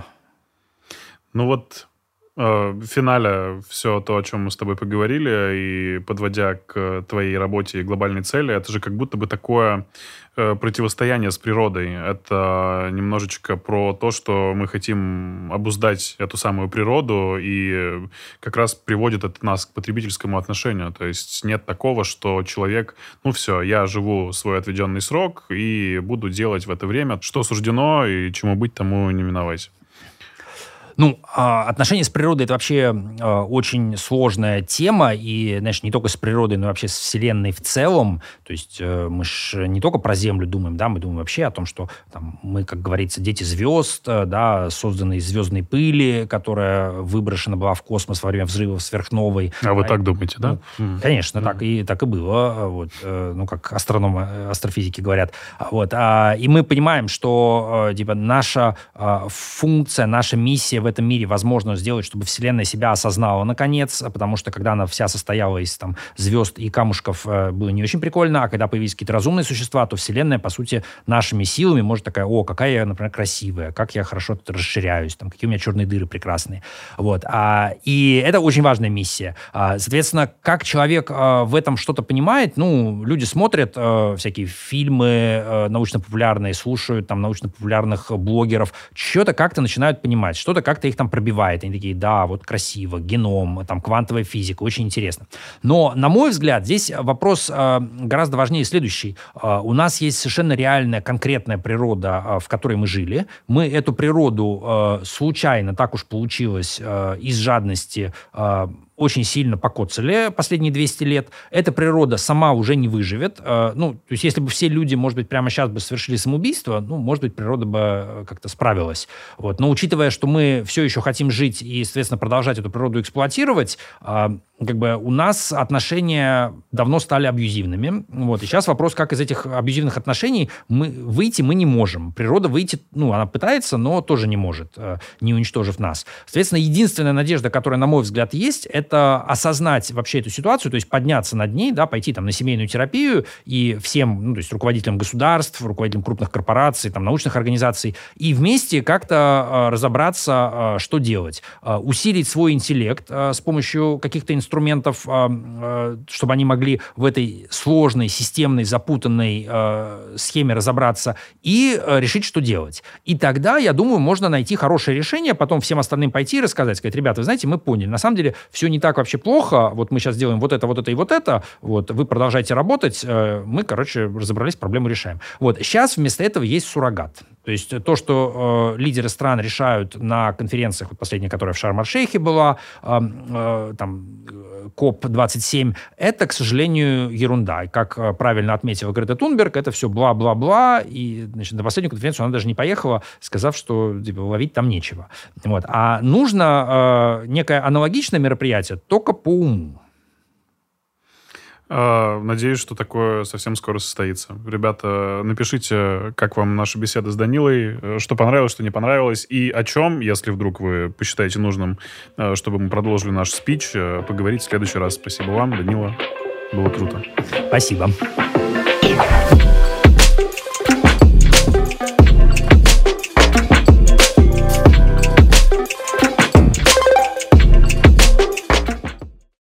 В финале все то, о чем мы с тобой поговорили, и подводя к твоей работе и глобальной цели, это же как будто бы такое противостояние с природой. Это немножечко про то, что мы хотим обуздать эту самую природу, и как раз приводит это нас к потребительскому отношению. То есть нет такого, что человек, все, я живу свой отведенный срок и буду делать в это время, что суждено, и чему быть, тому не миновать. Отношения с природой – это вообще очень сложная тема, и, не только с природой, но и вообще с Вселенной в целом. То есть мы же не только про Землю думаем, да, мы думаем вообще о том, что мы, как говорится, дети звезд, да, созданные из звездной пыли, которая выброшена была в космос во время взрывов сверхновой. А вы так думаете, да? Конечно, так и было, вот, как астрономы, астрофизики говорят. Вот, и мы понимаем, что наша функция, наша миссия в этом мире возможно сделать, чтобы Вселенная себя осознала наконец, потому что когда она вся состояла из звезд и камушков, было не очень прикольно, а когда появились какие-то разумные существа, то Вселенная, по сути, нашими силами может такая, какая я, например, красивая, как я хорошо тут расширяюсь, какие у меня черные дыры прекрасные. Вот. И это очень важная миссия. Соответственно, как человек в этом что-то понимает, люди смотрят всякие фильмы научно-популярные, слушают научно-популярных блогеров, что-то как-то начинают понимать, что-то как-то их пробивает. Они такие, да, вот красиво, геном, квантовая физика, очень интересно. Но, на мой взгляд, здесь вопрос гораздо важнее следующий. У нас есть совершенно реальная, конкретная природа, в которой мы жили. Мы эту природу случайно, так уж получилось, из жадности очень сильно покоцали последние 200 лет. Эта природа сама уже не выживет. То есть, если бы все люди, может быть, прямо сейчас бы совершили самоубийство, может быть, природа бы как-то справилась. Вот. Но учитывая, что мы все еще хотим жить и, соответственно, продолжать эту природу эксплуатировать, у нас отношения давно стали абьюзивными. Вот. И сейчас вопрос, как из этих абьюзивных отношений выйти мы не можем. Природа выйти, она пытается, но тоже не может, не уничтожив нас. Соответственно, единственная надежда, которая, на мой взгляд, есть, это осознать вообще эту ситуацию, то есть подняться над ней, да, пойти на семейную терапию и всем, то есть руководителям государств, руководителям крупных корпораций, научных организаций, и вместе как-то разобраться, что делать. Усилить свой интеллект с помощью каких-то инструментов, чтобы они могли в этой сложной, системной, запутанной схеме разобраться и решить, что делать. И тогда, я думаю, можно найти хорошее решение, потом всем остальным пойти и сказать, ребята, вы знаете, мы поняли, на самом деле все не так вообще плохо, вот мы сейчас делаем вот это и вот это, вот, вы продолжаете работать, мы, разобрались, проблему решаем. Вот, сейчас вместо этого есть суррогат. То есть то, что лидеры стран решают на конференциях, последняя, которая в Шарм-эль-Шейхе была, КОП-27, это, к сожалению, ерунда. И как правильно отметила Грета Тунберг, это все бла-бла-бла, и на последнюю конференцию она даже не поехала, сказав, что ловить там нечего. Вот. А нужно некое аналогичное мероприятие, только по уму. Надеюсь, что такое совсем скоро состоится. Ребята, напишите, как вам наша беседа с Данилой, что понравилось, что не понравилось, и о чем, если вдруг вы посчитаете нужным, чтобы мы продолжили наш спич, поговорить в следующий раз. Спасибо вам, Данила. Было круто. Спасибо.